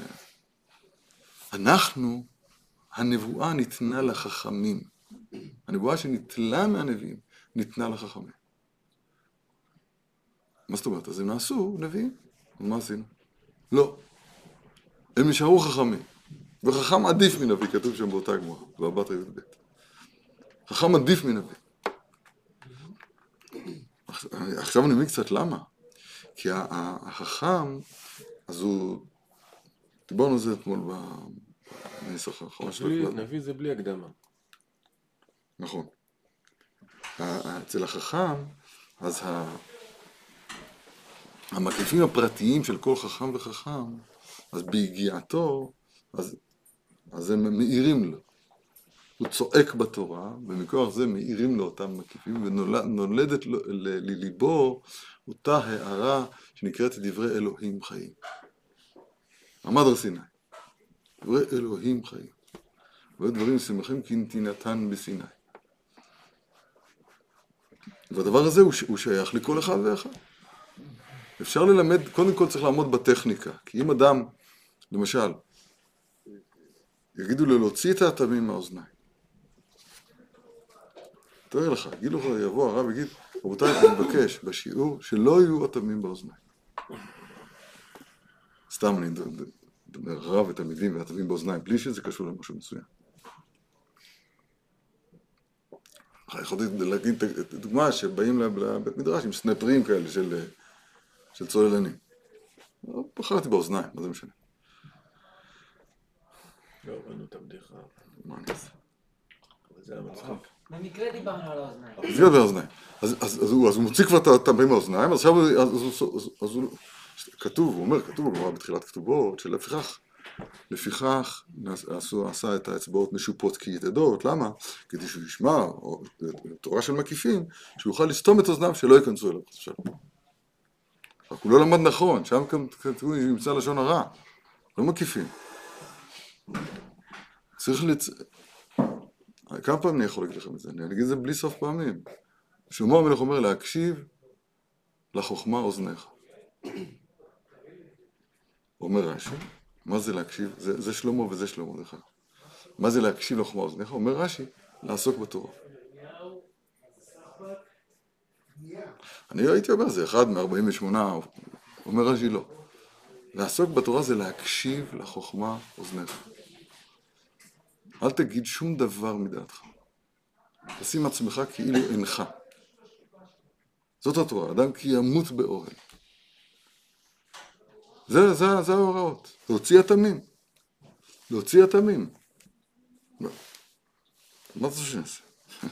אנחנו, הנבואה ניתנה לחכמים. הנבואה שניטלה מהנביאים, ניתנה לחכמים. מה זאת אומרת? אז הם נעשו נביאים. מה עשינו? לא. הם נשארו חכמים. וחכם עדיף מנביא, כתוב שם באותה גמרא, בבת י"ב. חכם עדיף מנביא. עכשיו אני מבין קצת למה. כי החכם, אז הוא... דיברנו על זה אתמול בנסח האחרון של הכלל. נביא זה בלי הקדמה. נכון. אצל החכם, אז המקיפים הפרטיים של כל חכם וחכם, אז בהגיעתו, אז הם מאירים לו. הוא צועק בתורה, ומכוח זה מאירים לו אותם מקיפים, ונולדת לליבו אותה הערה שנקראת דברי אלוהים חיים. מעמד הר סיני. דברי אלוהים חיים. ודברים שמחים כנתינתן בסיני. והדבר הזה הוא שייך לכל אחד ואחד. אפשר ללמד, קודם כל צריך לעמוד בטכניקה, כי אם אדם, למשל, יגידו לו להוציא את האטמים מהאוזניים. תראה לך, יבוא הרב ויגיד, רבותיי, אני מבקש בשיעור שלא יהיו אטמים באוזניים. סתם אני מדבר רב ותלמידים ואטמים באוזניים, בלי שזה קשור למשהו מסוים. יכולתי להגיד דוגמה שבאים לבית מדרש עם סנפרים כאלה של צוללנים. בחרתי באוזניים, מה זה משנה? לא, הבנו את הבדיחה. מה אני עושה? אבל זה היה מצחיק. במקרה דיברנו על האוזניים. במקרה באוזניים. אז הוא מוציא כבר את הטעמים מהאוזניים, אז עכשיו הוא... כתוב, הוא אומר, כתוב בגמרא בתחילת כתובות, לפיכך עשה את האצבעות משופות כיתדות. למה? כדי שהוא ישמע תורה של מקיפים, שהוא יוכל לסתום את אוזניו שלא ייכנסו אליו. רק הוא לא למד נכון, שם כתוב ימצא לשון הרע, לא מקיפים. צריך כמה פעמים אני יכול להגיד לכם את זה? אני אגיד את זה בלי סוף פעמים. שלמה המלך אומר להקשיב לחוכמה אוזניך. אומר רש"י, מה זה להקשיב? זה שלמה וזה שלמה, דרך אגב. מה זה להקשיב לחוכמה אוזניך? אומר רש"י, לעסוק בתורה. אני הייתי אומר, זה אחד מ-48, אומר רש"י לא. לעסוק בתורה זה להקשיב לחוכמה אוזניך. אל תגיד שום דבר מדעתך. תשים עצמך כאילו אינך. זאת התורה, אדם כי ימות באוהל. זה ההוראות. להוציא אטמים. להוציא אטמים. מה זה שנעשה?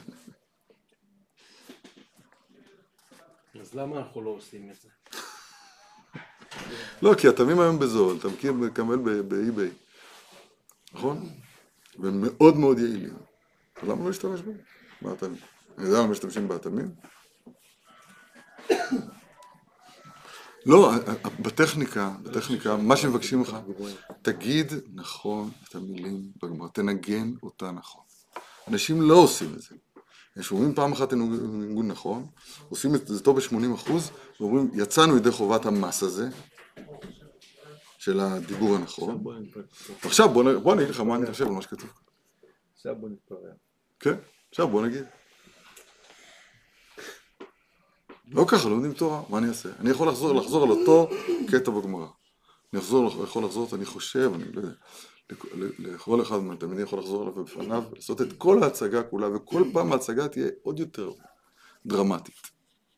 אז למה אנחנו לא עושים את זה? לא, כי אטמים היום בזול, אתה מכיר מקבל באי-ביי. נכון? והם מאוד מאוד יעילים. למה לא להשתמש בהם? באטמים. אני יודע למה משתמשים באטמים? לא, בטכניקה, מה שמבקשים לך, תגיד נכון את המילים בגמרא, תנגן אותה נכון. אנשים לא עושים את זה. הם שומעים פעם אחת ניגון נכון, עושים את זה טוב ב-80%, ואומרים, יצאנו ידי חובת המס הזה, של הדיבור הנכון. עכשיו בוא נגיד לך מה אני חושב על מה שכתוב. עכשיו בוא נתפרע. כן, עכשיו בוא נגיד. לא ככה, לא יודעים תורה, מה אני אעשה? אני יכול לחזור על אותו קטע בגמרא. אני יכול לחזור, אני חושב, אני לא יודע, לכל אחד מהתלמידים יכול לחזור עליו בפניו, לעשות את כל ההצגה כולה, וכל פעם ההצגה תהיה עוד יותר דרמטית.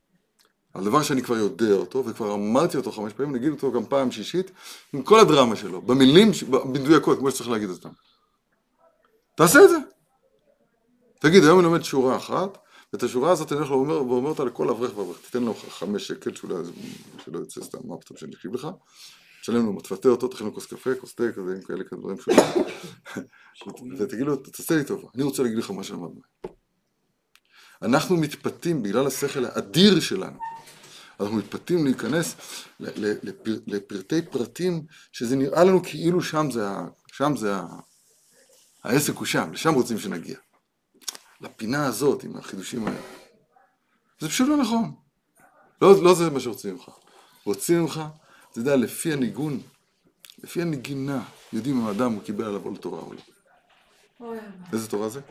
על דבר שאני כבר יודע אותו, וכבר אמרתי אותו 5 פעמים, נגיד אותו גם פעם שישית, עם כל הדרמה שלו, במילים מדויקות, כמו שצריך להגיד אותם. תעשה את זה. תגיד, היום אני לומד שורה אחת, ואת השורה הזאת אני הולך ואומר אותה לכל אברך ואברך. תיתן לו 5 שקל שלא יוצא סתם, מה פתאום שאני אקשיב לך. תשלם לו, תפתה אותו, תכין לו כוס קפה, כוס תה, כזה, עם כאלה דברים שלו. ותגיד לו, תעשה לי טובה, אני רוצה להגיד לך מה שלמדנו. אנחנו מתפתים בגלל השכל האדיר שלנו. אנחנו מתפתים להיכנס לפרטי פרטים, שזה נראה לנו כאילו שם זה העסק הוא שם, לשם רוצים שנגיע. לפינה הזאת עם החידושים האלה. זה פשוט לא נכון. לא זה מה שרוצים ממך. רוצים ממך, אתה יודע, לפי הניגון, לפי הנגינה, יודעים אם האדם הוא קיבל עליו עול תורה או לא. איזה תורה זה?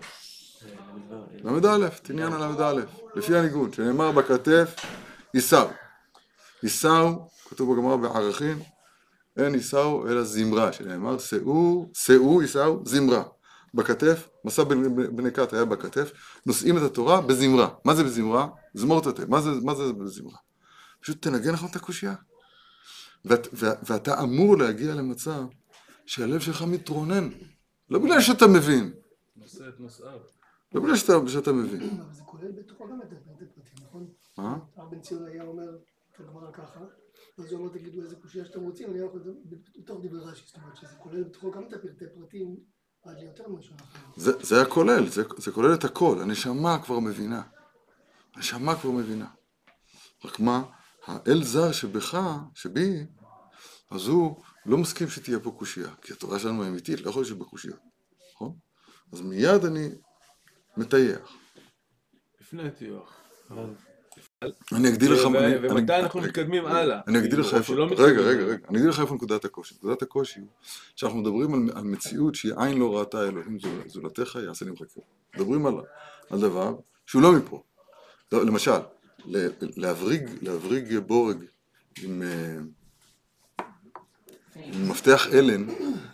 למד א', תעניין על למד א', לפי הניגון, שנאמר בכתף, ייסעו. ייסעו, כתוב בגמרא בערכין, אין ייסעו אלא זמרה, שנאמר, שאו, ייסעו, זמרה. בכתף, מסע בני קט היה בכתף, נושאים את התורה בזמרה. מה זה בזמרה? זמור תתה. מה זה בזמרה? פשוט תנגן לך את הקושיה. ואתה אמור להגיע למצב שהלב שלך מתרונן. לא בגלל שאתה מבין. נושא את נושאיו. לא בגלל שאתה מבין. אבל זה כולל בתוכו גם את הפרטים, נכון? מה? בן ציון היה אומר את הגמרא ככה, אז הוא אומר, תגידו איזה קושיה שאתם רוצים, אני יכול בתוך דברי רש"י, זאת אומרת שזה כולל בתוכו גם את הפרטי פרטים עד ליותר משהו. זה הכולל, זה כולל את הכל, הנשמה כבר מבינה. הנשמה כבר מבינה. רק מה, האל זר שבך, שבי, אז הוא לא מסכים שתהיה פה קושיה, כי התורה שלנו האמיתית לא יכול להיות שבקושיה, נכון? אז מיד אני מטייח. לפני טיוח. אני אגדיל לך... ומתי אנחנו מתקדמים הלאה? אני אגדיל לך איפה... רגע, אני אגדיל לך איפה נקודת הקושי. נקודת הקושי הוא שאנחנו מדברים על מציאות שהיא עין לא ראתה אלוהים זולתך יעשה לי מחכה. מדברים על דבר שהוא לא מפה. למשל, להבריג בורג עם מפתח אלן,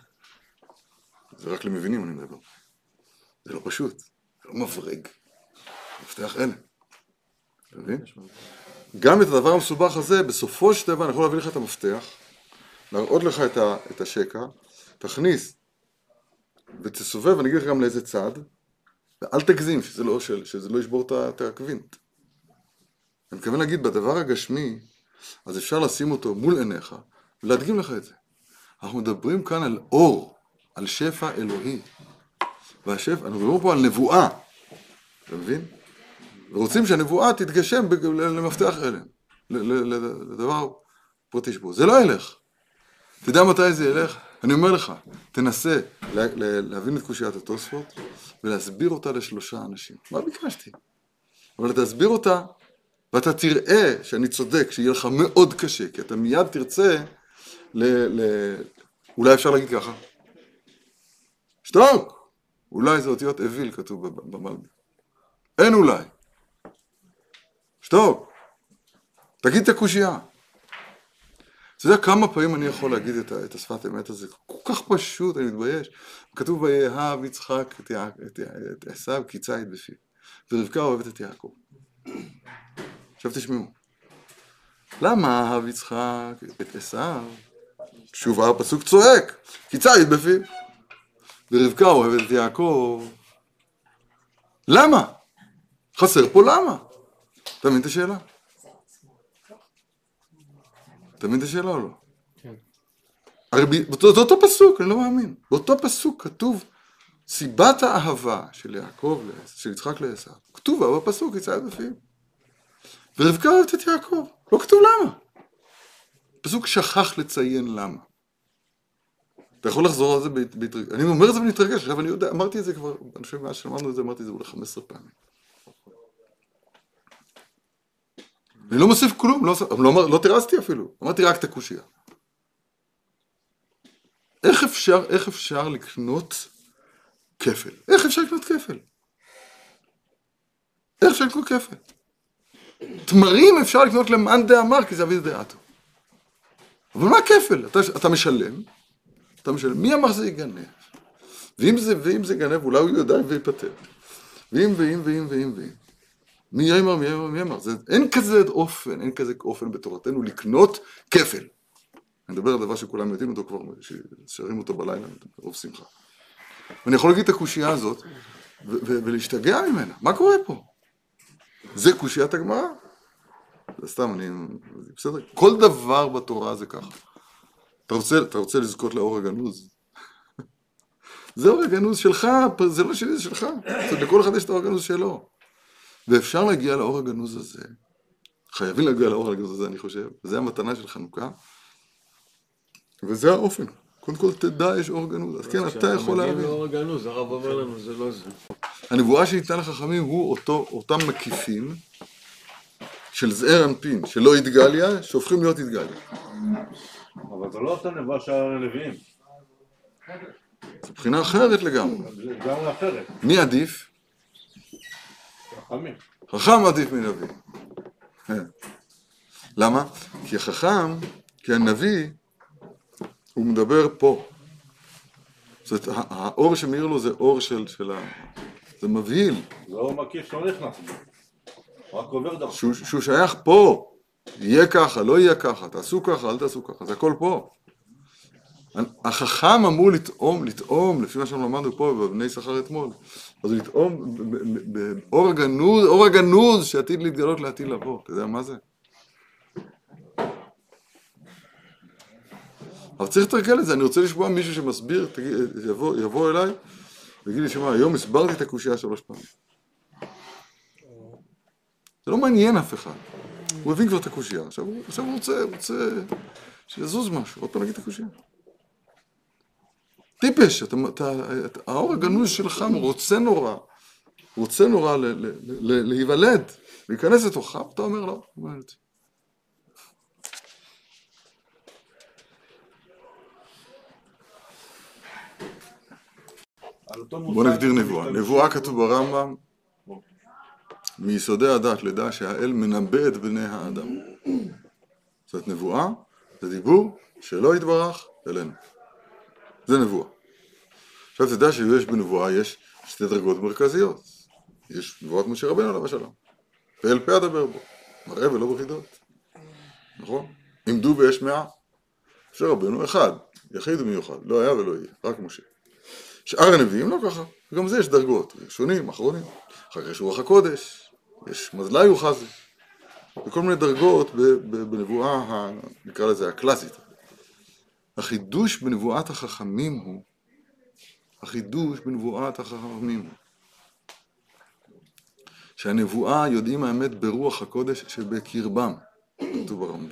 זה רק למבינים אני מדבר. זה לא פשוט, זה לא מבריג. מפתח אלן. אתה מבין? גם את הדבר המסובך הזה, בסופו של דבר אני יכול להביא לך את המפתח, להראות לך את השקע, תכניס ותסובב, ואני אגיד לך גם לאיזה צד, ואל תגזים שזה לא ישבור את הקווינט. אני מתכוון להגיד, בדבר הגשמי, אז אפשר לשים אותו מול עיניך, ולהדגים לך את זה. אנחנו מדברים כאן על אור, על שפע אלוהי. אנחנו מדברים פה על נבואה. אתה מבין? ורוצים שהנבואה תתגשם למפתח אלן. לדבר פרטי שבו. זה לא ילך. תדע מתי זה ילך? אני אומר לך, תנסה להבין את קושיית התוספות, ולהסביר אותה ל3 אנשים. מה ביקשתי? אבל תסביר אותה, ואתה תראה שאני צודק, שיהיה לך מאוד קשה, כי אתה מיד תרצה, אולי אפשר להגיד ככה. שתוק! אולי זה אותיות אוויל כתוב במלבי. אין אולי. שתוק! תגיד את הקושייה. אתה יודע כמה פעמים אני יכול להגיד את השפת אמת הזה? כל כך פשוט, אני מתבייש. כתוב ויאהב יצחק את עשיו כי ציד בפיו. ורבקה אוהבת את יעקב. עכשיו תשמעו. למה אהב יצחק את עשיו? שוב הפסוק צועק, כי ציד בפיו. ורבקה אוהבת את יעקב. למה? חסר פה למה? אתה מבין את השאלה? אתה מבין את השאלה או לא? כן. הרי זה אותו פסוק, אני לא מאמין. באותו פסוק כתוב סיבת האהבה של יעקב, של יצחק לעשיו. כתוב בפסוק, יצחק בפיו. ורבקה אוהבת את יעקב. לא כתוב למה. פסוק שכח לציין למה. אתה יכול לחזור על זה בהתרגש. אני אומר את זה ונתרגש. עכשיו אני יודע, אמרתי את זה כבר, אני חושב מאז שאמרנו את זה, אמרתי את זה אולי 15 פעמים. אני לא מוסיף כלום, לא תרסתי אפילו, אמרתי רק את הקושייה. איך אפשר לקנות כפל? איך אפשר לקנות כפל? איך אפשר לקנות כפל? תמרים אפשר לקנות למאן דאמר, כי זה אבי דעתו. אבל מה כפל? אתה משלם, מי אמר זה יגנב? ואם זה גנב, אולי הוא יודע ויפטר. ואם. מי יאמר. אין כזה אופן, אין כזה אופן בתורתנו לקנות כפל. אני מדבר על דבר שכולם יודעים אותו כבר, שרים אותו בלילה, ברוב שמחה. ואני יכול להגיד את הקושייה הזאת, ולהשתגע ממנה. מה קורה פה? זה קושיית הגמרא? זה סתם, בסדר. כל דבר בתורה זה ככה. אתה רוצה לזכות לאור הגנוז? זה אור הגנוז שלך, זה לא שלי, זה שלך. לכל אחד יש את האור הגנוז שלו. ואפשר להגיע לאור הגנוז הזה. חייבים להגיע לאור הגנוז הזה, אני חושב. וזה המתנה של חנוכה. וזה האופן. קודם כל תדע יש אור גנוז. אז כן, אתה יכול להבין. כשאתה מגיע לאור הגנוז, הרב אומר לנו, זה לא זה. הנבואה שניתן לחכמים הוא אותם מקיפים של זעיר אנפין, שלא התגליה, שהופכים להיות התגליה. אבל זה לא אותה נבואה של הנביאים. זו בחינה אחרת לגמרי. זה גם אחרת. מי עדיף? חכמים. חכם עדיף מנביא. למה? כי החכם, כי הנביא, הוא מדבר פה. זאת אומרת, האור שמאיר לו זה אור של זה מבהיל. זה אור מקיף שלא נכנס בו. רק עובר דרכו. שהוא שייך פה. יהיה ככה, לא יהיה ככה, תעשו ככה, אל תעשו ככה, זה הכל פה. החכם אמור לטעום, לפי מה שאנחנו למדנו פה בבני שכר אתמול, אז הוא לטעום באור הגנוז שעתיד להתגלות לעתיד לבוא. אתה יודע מה זה? אבל צריך לתרגל את זה, אני רוצה לשמוע מישהו שמסביר, יבוא אליי, ויגיד לי שמה, היום הסברתי את הקושייה 3 פעמים. זה לא מעניין אף אחד. הוא הבין כבר את הקושייה, עכשיו הוא רוצה שיזוז משהו, עוד פעם נגיד את הקושייה. טיפש, האור הגנוז שלך רוצה נורא להיוולד, להיכנס לתוכה, אתה אומר לא, בוא נגדיר נבואה. נבואה כתוב ברמב"ם, מיסודי הדת לדע שהאל מנבא את בני האדם. זאת נבואה, זה דיבור שלא יתברך אלינו. זה נבואה. עכשיו תדע שיש בנבואה, יש 2 דרגות מרכזיות. יש נבואת משה רבנו עליו השלום. ואל פה אדבר בו. מראה ולא בחידות. נכון? עמדו ויש 100. משה רבנו אחד, יחיד ומיוחד. לא היה ולא יהיה, רק משה. שאר הנביאים לא ככה. וגם זה יש דרגות. ראשונים, אחרונים. אחר כך יש רוח הקודש. יש מזלי וחזי. וכל מיני דרגות בנבואה, נקרא לזה הקלאסית. החידוש בנבואת החכמים הוא, שהנבואה יודעים האמת ברוח הקודש שבקרבם, כתוב ברמב"ן.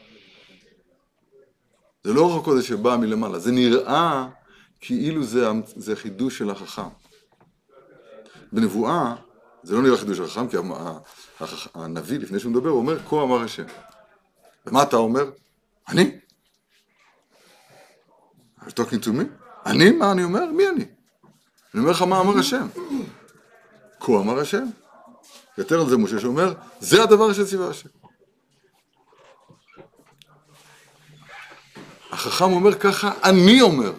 זה לא רוח הקודש שבא מלמעלה, זה נראה כאילו זה חידוש של החכם. בנבואה זה לא נראה חידוש של החכם, כי הנביא לפני שהוא מדבר הוא אומר, כה אמר השם. ומה אתה אומר? אני? Are you talking to me? אני? מה אני אומר? מי אני? אני אומר לך מה אמר השם. כה אמר השם. יותר על זה משה שאומר, זה הדבר שציווה השם. החכם אומר ככה, אני אומר.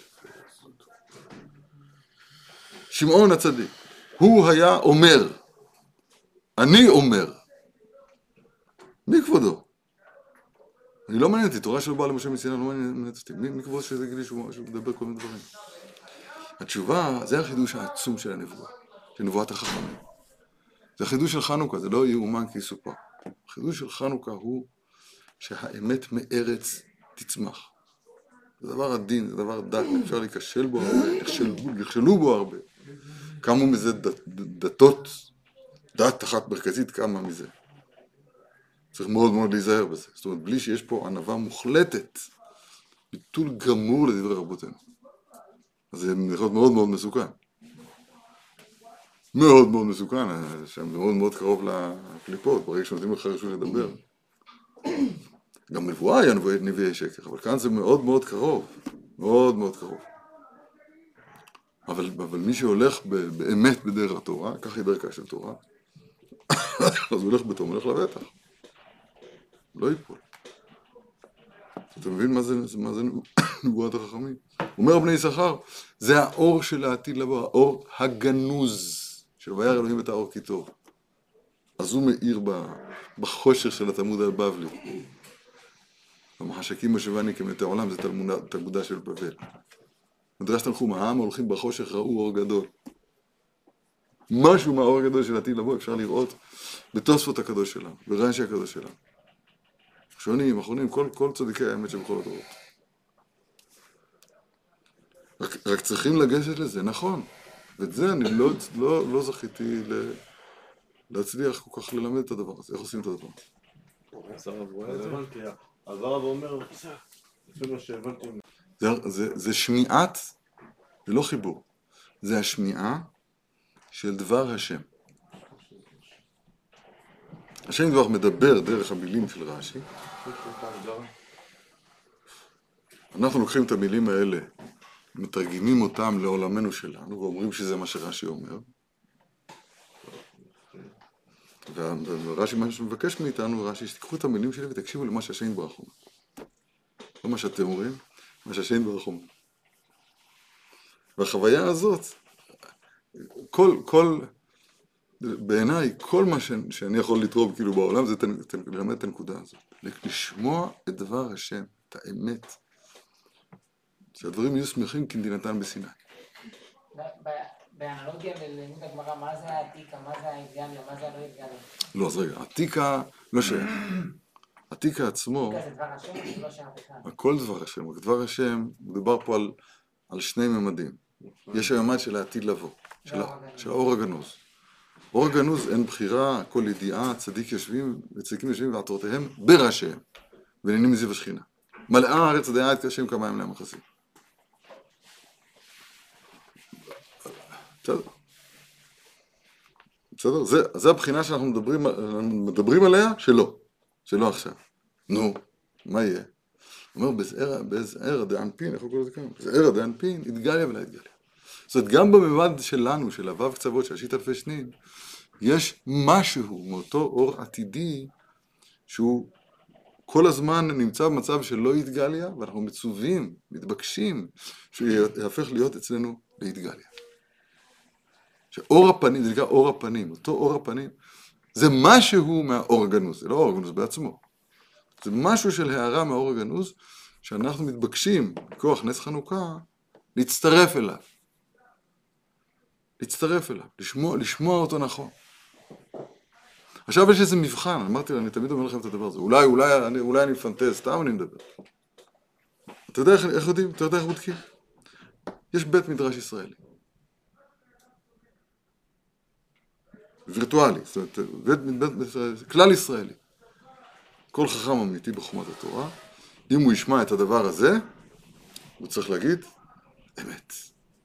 שמעון הצדיק, הוא היה אומר. אני אומר. מי כבודו? אני לא מעניין אותי, תורה של בעל משה מסיני לא מעניינת אותי. מי כבודו שזה גילי שהוא מדבר כל מיני דברים? התשובה, זה החידוש העצום של הנבואה, של נבואת החכמים. זה החידוש של חנוכה, זה לא יאומן כי יסופר. החידוש של חנוכה הוא שהאמת מארץ תצמח. זה דבר עדין, זה דבר דק, אפשר להיכשל בו הרבה, נכשלו בו הרבה. קמו מזה דתות, דת אחת מרכזית קמה מזה. צריך מאוד מאוד להיזהר בזה. זאת אומרת, בלי שיש פה ענווה מוחלטת, ביטול גמור לדברי רבותינו. אז זה יכול להיות מאוד מאוד מסוכן. מאוד מאוד מסוכן, שם מאוד מאוד קרוב לקליפות, ברגע שנותנים לך רשות לדבר. גם נבואה היה נביאי שקר, אבל כאן זה מאוד מאוד קרוב. מאוד מאוד קרוב. אבל מי שהולך באמת בדרך התורה, כך היא דרכה של תורה, אז הוא הולך בתום, הולך לבטח. לא ייפול. אתה מבין מה זה נבואת החכמים? הוא אומר בני שכר, זה האור של העתיד לבוא, האור הגנוז, של וירא אלוהים את האור כי טוב. אז הוא מאיר בחושך של התלמוד הבבלי. המחשקים מושבני כמתי העולם, זה תלמודה של בבל. מדרש תנחום, העם הולכים בחושך, ראו אור גדול. משהו מהאור הגדול של עתיד לבוא אפשר לראות בתוספות הקדוש שלנו, ברש"י הקדוש שלנו. שונים, אחרונים, כל צדיקי האמת שבכל הדורות. רק צריכים לגשת לזה, נכון. ואת זה אני לא זכיתי להצליח כל כך ללמד את הדבר הזה. איך עושים את הדבר הזה? אז הרב אומר, אפילו שהבנתי... זה שמיעת, זה לא חיבור. זה השמיעה של דבר השם. השם דבר מדבר דרך המילים של רש"י. אנחנו לוקחים את המילים האלה, מתרגמים אותם לעולמנו שלנו, ואומרים שזה מה שרש"י אומר. ורש"י, מה שמבקש מאיתנו, רש"י, שתיקחו את המילים שלי ותקשיבו למה שהשם יתברך אומר. לא מה שאתם אומרים, מה שהשם יתברך אומר. והחוויה הזאת, בעיניי, כל מה שאני יכול לתרום כאילו בעולם, זה ללמד את הנקודה הזאת. לשמוע את דבר השם, את האמת. שהדברים יהיו שמחים כמדינתן בסיני. באנלוגיה ללימוד הגמרא, מה זה העתיקה, מה זה האידיאליה, מה זה הלא אידיאליה? לא, אז רגע, העתיקה לא שייך. העתיקה עצמו, העתיקה זה דבר השם, זה לא שייך בכלל. הכל דבר השם, דבר השם, מדובר פה על שני ממדים. יש הממד של העתיד לבוא, של האור הגנוז. אור הגנוז אין בחירה, הכל ידיעה, צדיקים יושבים ועטרותיהם בראשיהם, ונהנים מזיו השכינה. מלאה הארץ דעה את השם כמים להם החסים. בסדר? זה הבחינה שאנחנו מדברים עליה, שלא עכשיו. נו, מה יהיה? הוא אומר, בזערא דאנפין, איך הוא קורא לזה כאן? בזערא דאנפין, יתגליה ולא יתגליה. זאת אומרת, גם בממד שלנו, של הו"ב קצוות, של 6,000 שנים, יש משהו מאותו אור עתידי, שהוא כל הזמן נמצא במצב שלא יתגליה, ואנחנו מצווים, מתבקשים, שהוא יהפך להיות אצלנו להתגליה. שאור הפנים, זה נקרא אור הפנים, אותו אור הפנים, זה משהו מהאור הגנוז, זה לא אור הגנוז בעצמו. זה משהו של הערה מהאור הגנוז, שאנחנו מתבקשים, בכוח נס חנוכה, להצטרף אליו. לשמוע אותו נכון. עכשיו יש איזה מבחן, אמרתי לה, אני תמיד אומר לכם את הדבר הזה, אולי אני מפנטז, סתם אני מדבר. אתה יודע איך יודעים? אתה יודע איך בודקים? יש בית מדרש ישראלי. וירטואלי, זאת אומרת, כלל ישראלי. כל חכם אמיתי בחומת התורה, אם הוא ישמע את הדבר הזה, הוא צריך להגיד, אמת.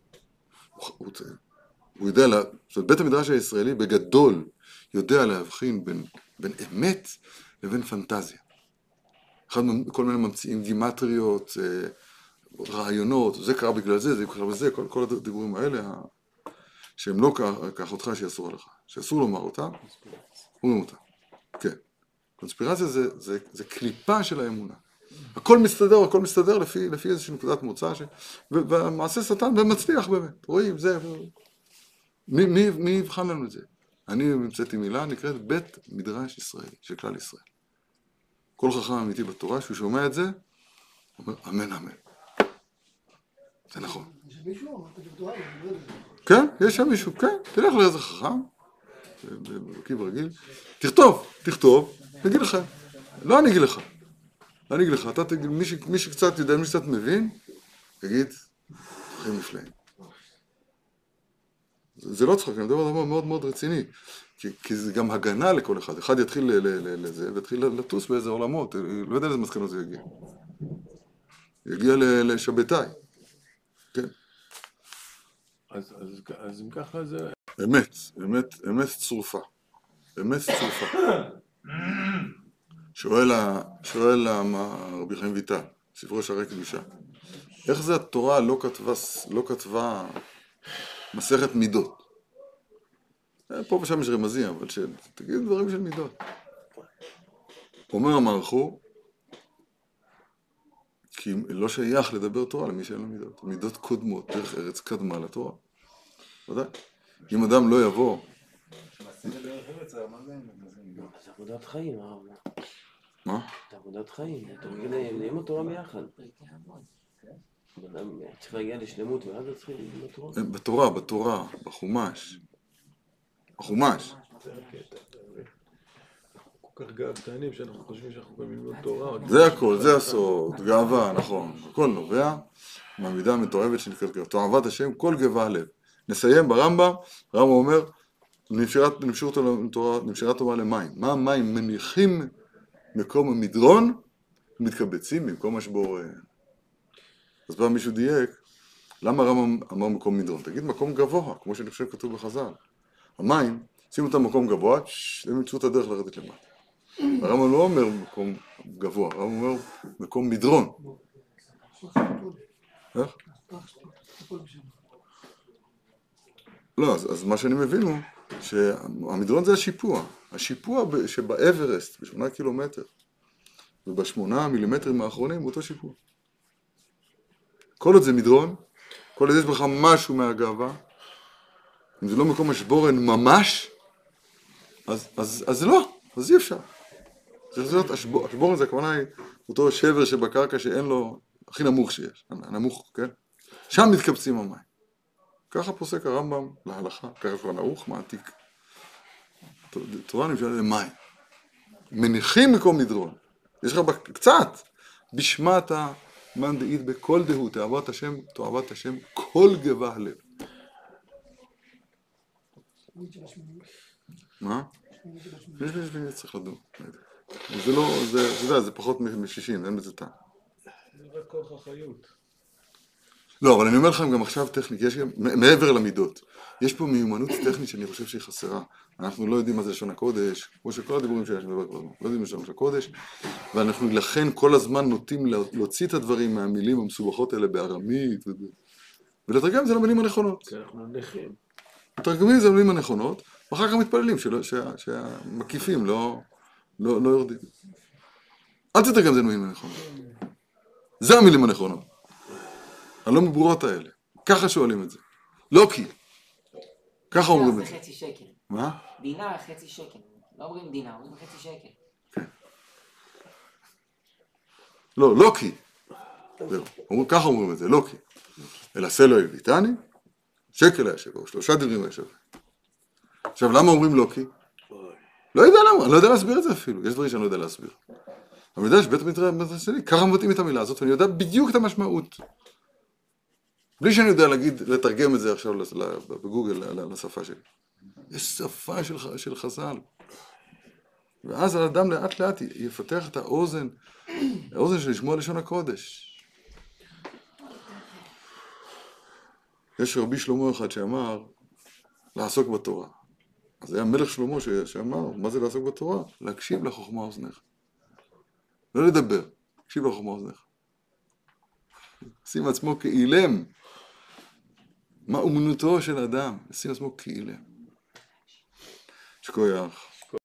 הוא יודע, זאת אומרת, בית המדרש הישראלי בגדול יודע להבחין בין אמת לבין פנטזיה. כל מיני ממציאים גימטריות, רעיונות, זה קרה בגלל זה, זה קרה בזה, כל הדיבורים האלה, שהם לא כך אותך שיאסור עליך, שאסור לומר אותם, אומרים אותם. כן. קונספירציה זה קליפה של האמונה. הכל מסתדר לפי איזושהי נקודת מוצא, והמעשה שטן ומצליח באמת. רואים, זה... מי יבחן לנו את זה? אני המצאתי מילה, נקראת בית מדרש ישראלי, של כלל ישראל. כל חכם אמיתי בתורה, שהוא שומע את זה, אומר, אמן, אמן. זה נכון. יש מישהו? אמרת וירטואלי, אני לא יודע. כן, יש שם מישהו, כן. תלך לאיזה חכם, בקי ברגיל, תכתוב, נגיד לך. לא אני אגיד לך. אתה תגיד, מי שקצת יודע, מי שקצת מבין, תגיד, דברים נפלאים. זה לא צחוק, אני מדבר דבר מאוד מאוד רציני, כי זה גם הגנה לכל אחד. אחד יתחיל לזה, ויתחיל לטוס באיזה עולמות, לא יודע איזה מסקנות זה יגיע. יגיע לשבתאי, כן. אז אם ככה זה... אמת צרופה. שואל רבי חיים ויטל, ספרו שערי קדושה, איך זה התורה לא כתבה מסכת מידות? פה ושם יש רמזים, אבל תגיד דברים של מידות. אומר המערכו, כי לא שייך לדבר תורה למי שאין לו מידות. מידות קודמות, דרך ארץ קדמה לתורה. ודאי. אם אדם לא יבוא זה דרך ארץ, מה זה מגזים? זה עבודת חיים, הרב. מה? זה עבודת חיים, אתה ללמוד תורה ביחד. אדם צריך להגיע לשלמות ואז אתה צריך ללמוד תורה. בתורה, בחומש. בחומש. זה הקטע, אתה מבין? אנחנו כל כך גאוותנים שאנחנו חושבים שאנחנו יכולים ללמוד תורה. זה הכל, זה הסוד, גאווה, נכון. הכל נובע מהמידה המתועבת שנקראת גאווה. תועבת השם, כל גאווה הלב. נסיים ברמב"ם, הרמב"ם אומר, נמשרה תורה למים. מה המים מניחים מקום המדרון, מתקבצים במקום השבור. אז פעם מישהו דייק, למה הרמב"ם אמר מקום מדרון? תגיד מקום גבוה, כמו שאני חושב כתוב בחז"ל. המים, שימו אותם במקום גבוה, הם ימצאו את הדרך לרדת למטה. הרמב"ם לא אומר מקום גבוה, הרמב"ם אומר מקום מדרון. איך? לא, אז מה שאני מבין הוא שהמדרון זה השיפוע. השיפוע שבאברסט, ב8 קילומטר, וב8 מילימטרים האחרונים הוא אותו שיפוע. כל עוד זה מדרון, כל עוד יש בך משהו מהגאווה, אם זה לא מקום השבורן ממש, אז לא, אז אי אפשר. השבורן זה הכוונה היא אותו שבר שבקרקע שאין לו, הכי נמוך שיש, הנמוך, כן? שם מתקבצים המים. ככה פוסק הרמב"ם להלכה, ככה כבר נעוך, מעתיק. תורה נמשלה למים. מניחים מקום מדרון. יש לך קצת, בשמת מאן דאית בכל דהות, תאוות השם, כל גאווה הלב. מה? שמינית צריך לדון. זה לא, זה פחות מ-60, אין בזה טעם. זה רק כוח החיות. לא, אבל אני אומר לכם גם עכשיו טכנית, יש גם, מעבר למידות, יש פה מיומנות טכנית שאני חושב שהיא חסרה. אנחנו לא יודעים מה זה לשון הקודש, כמו שכל הדיבורים שיש, לא יודעים לשון הקודש, ואנחנו לכן כל הזמן נוטים להוציא את הדברים מהמילים המסובכות האלה בארמית, ולתרגם את זה למילים הנכונות. כי אנחנו נכים. מתרגמים את זה למילים הנכונות, ואחר כך מתפללים שהמקיפים לא יורדים. אל תתרגם את זה למילים הנכונות. זה המילים הנכונות. הלא מבורות האלה. ככה שואלים את זה. לא כי. ככה אומרים את זה. זה חצי שקל. מה? דינר חצי שקל. לא אומרים דינר, אומרים חצי שקל. כן. לא כי. זהו. ככה אומרים את זה, לא כי. אלא סלו הלביטני, שקל היה שווה, או 3 דינרים היה שווה. עכשיו, למה אומרים לא כי? לא יודע למה, אני לא יודע להסביר את זה אפילו. יש דברים שאני לא יודע להסביר. אבל אני יודע שבית המדרש שלי, ככה מבטאים את המילה הזאת, ואני יודע בדיוק את המשמעות. בלי שאני יודע לתרגם את זה עכשיו בגוגל לשפה שלי. יש שפה של חז"ל. ואז האדם לאט לאט יפתח את האוזן של לשמוע לשון הקודש. יש רבי שלמה אחד שאמר לעסוק בתורה. אז היה מלך שלמה שאמר, מה זה לעסוק בתורה? להקשיב לחוכמה אוזנך. לא לדבר, להקשיב לחוכמה אוזנך. שים עצמו כאילם. מה אומנותו של אדם? שים עצמו כאילם. שכוייך.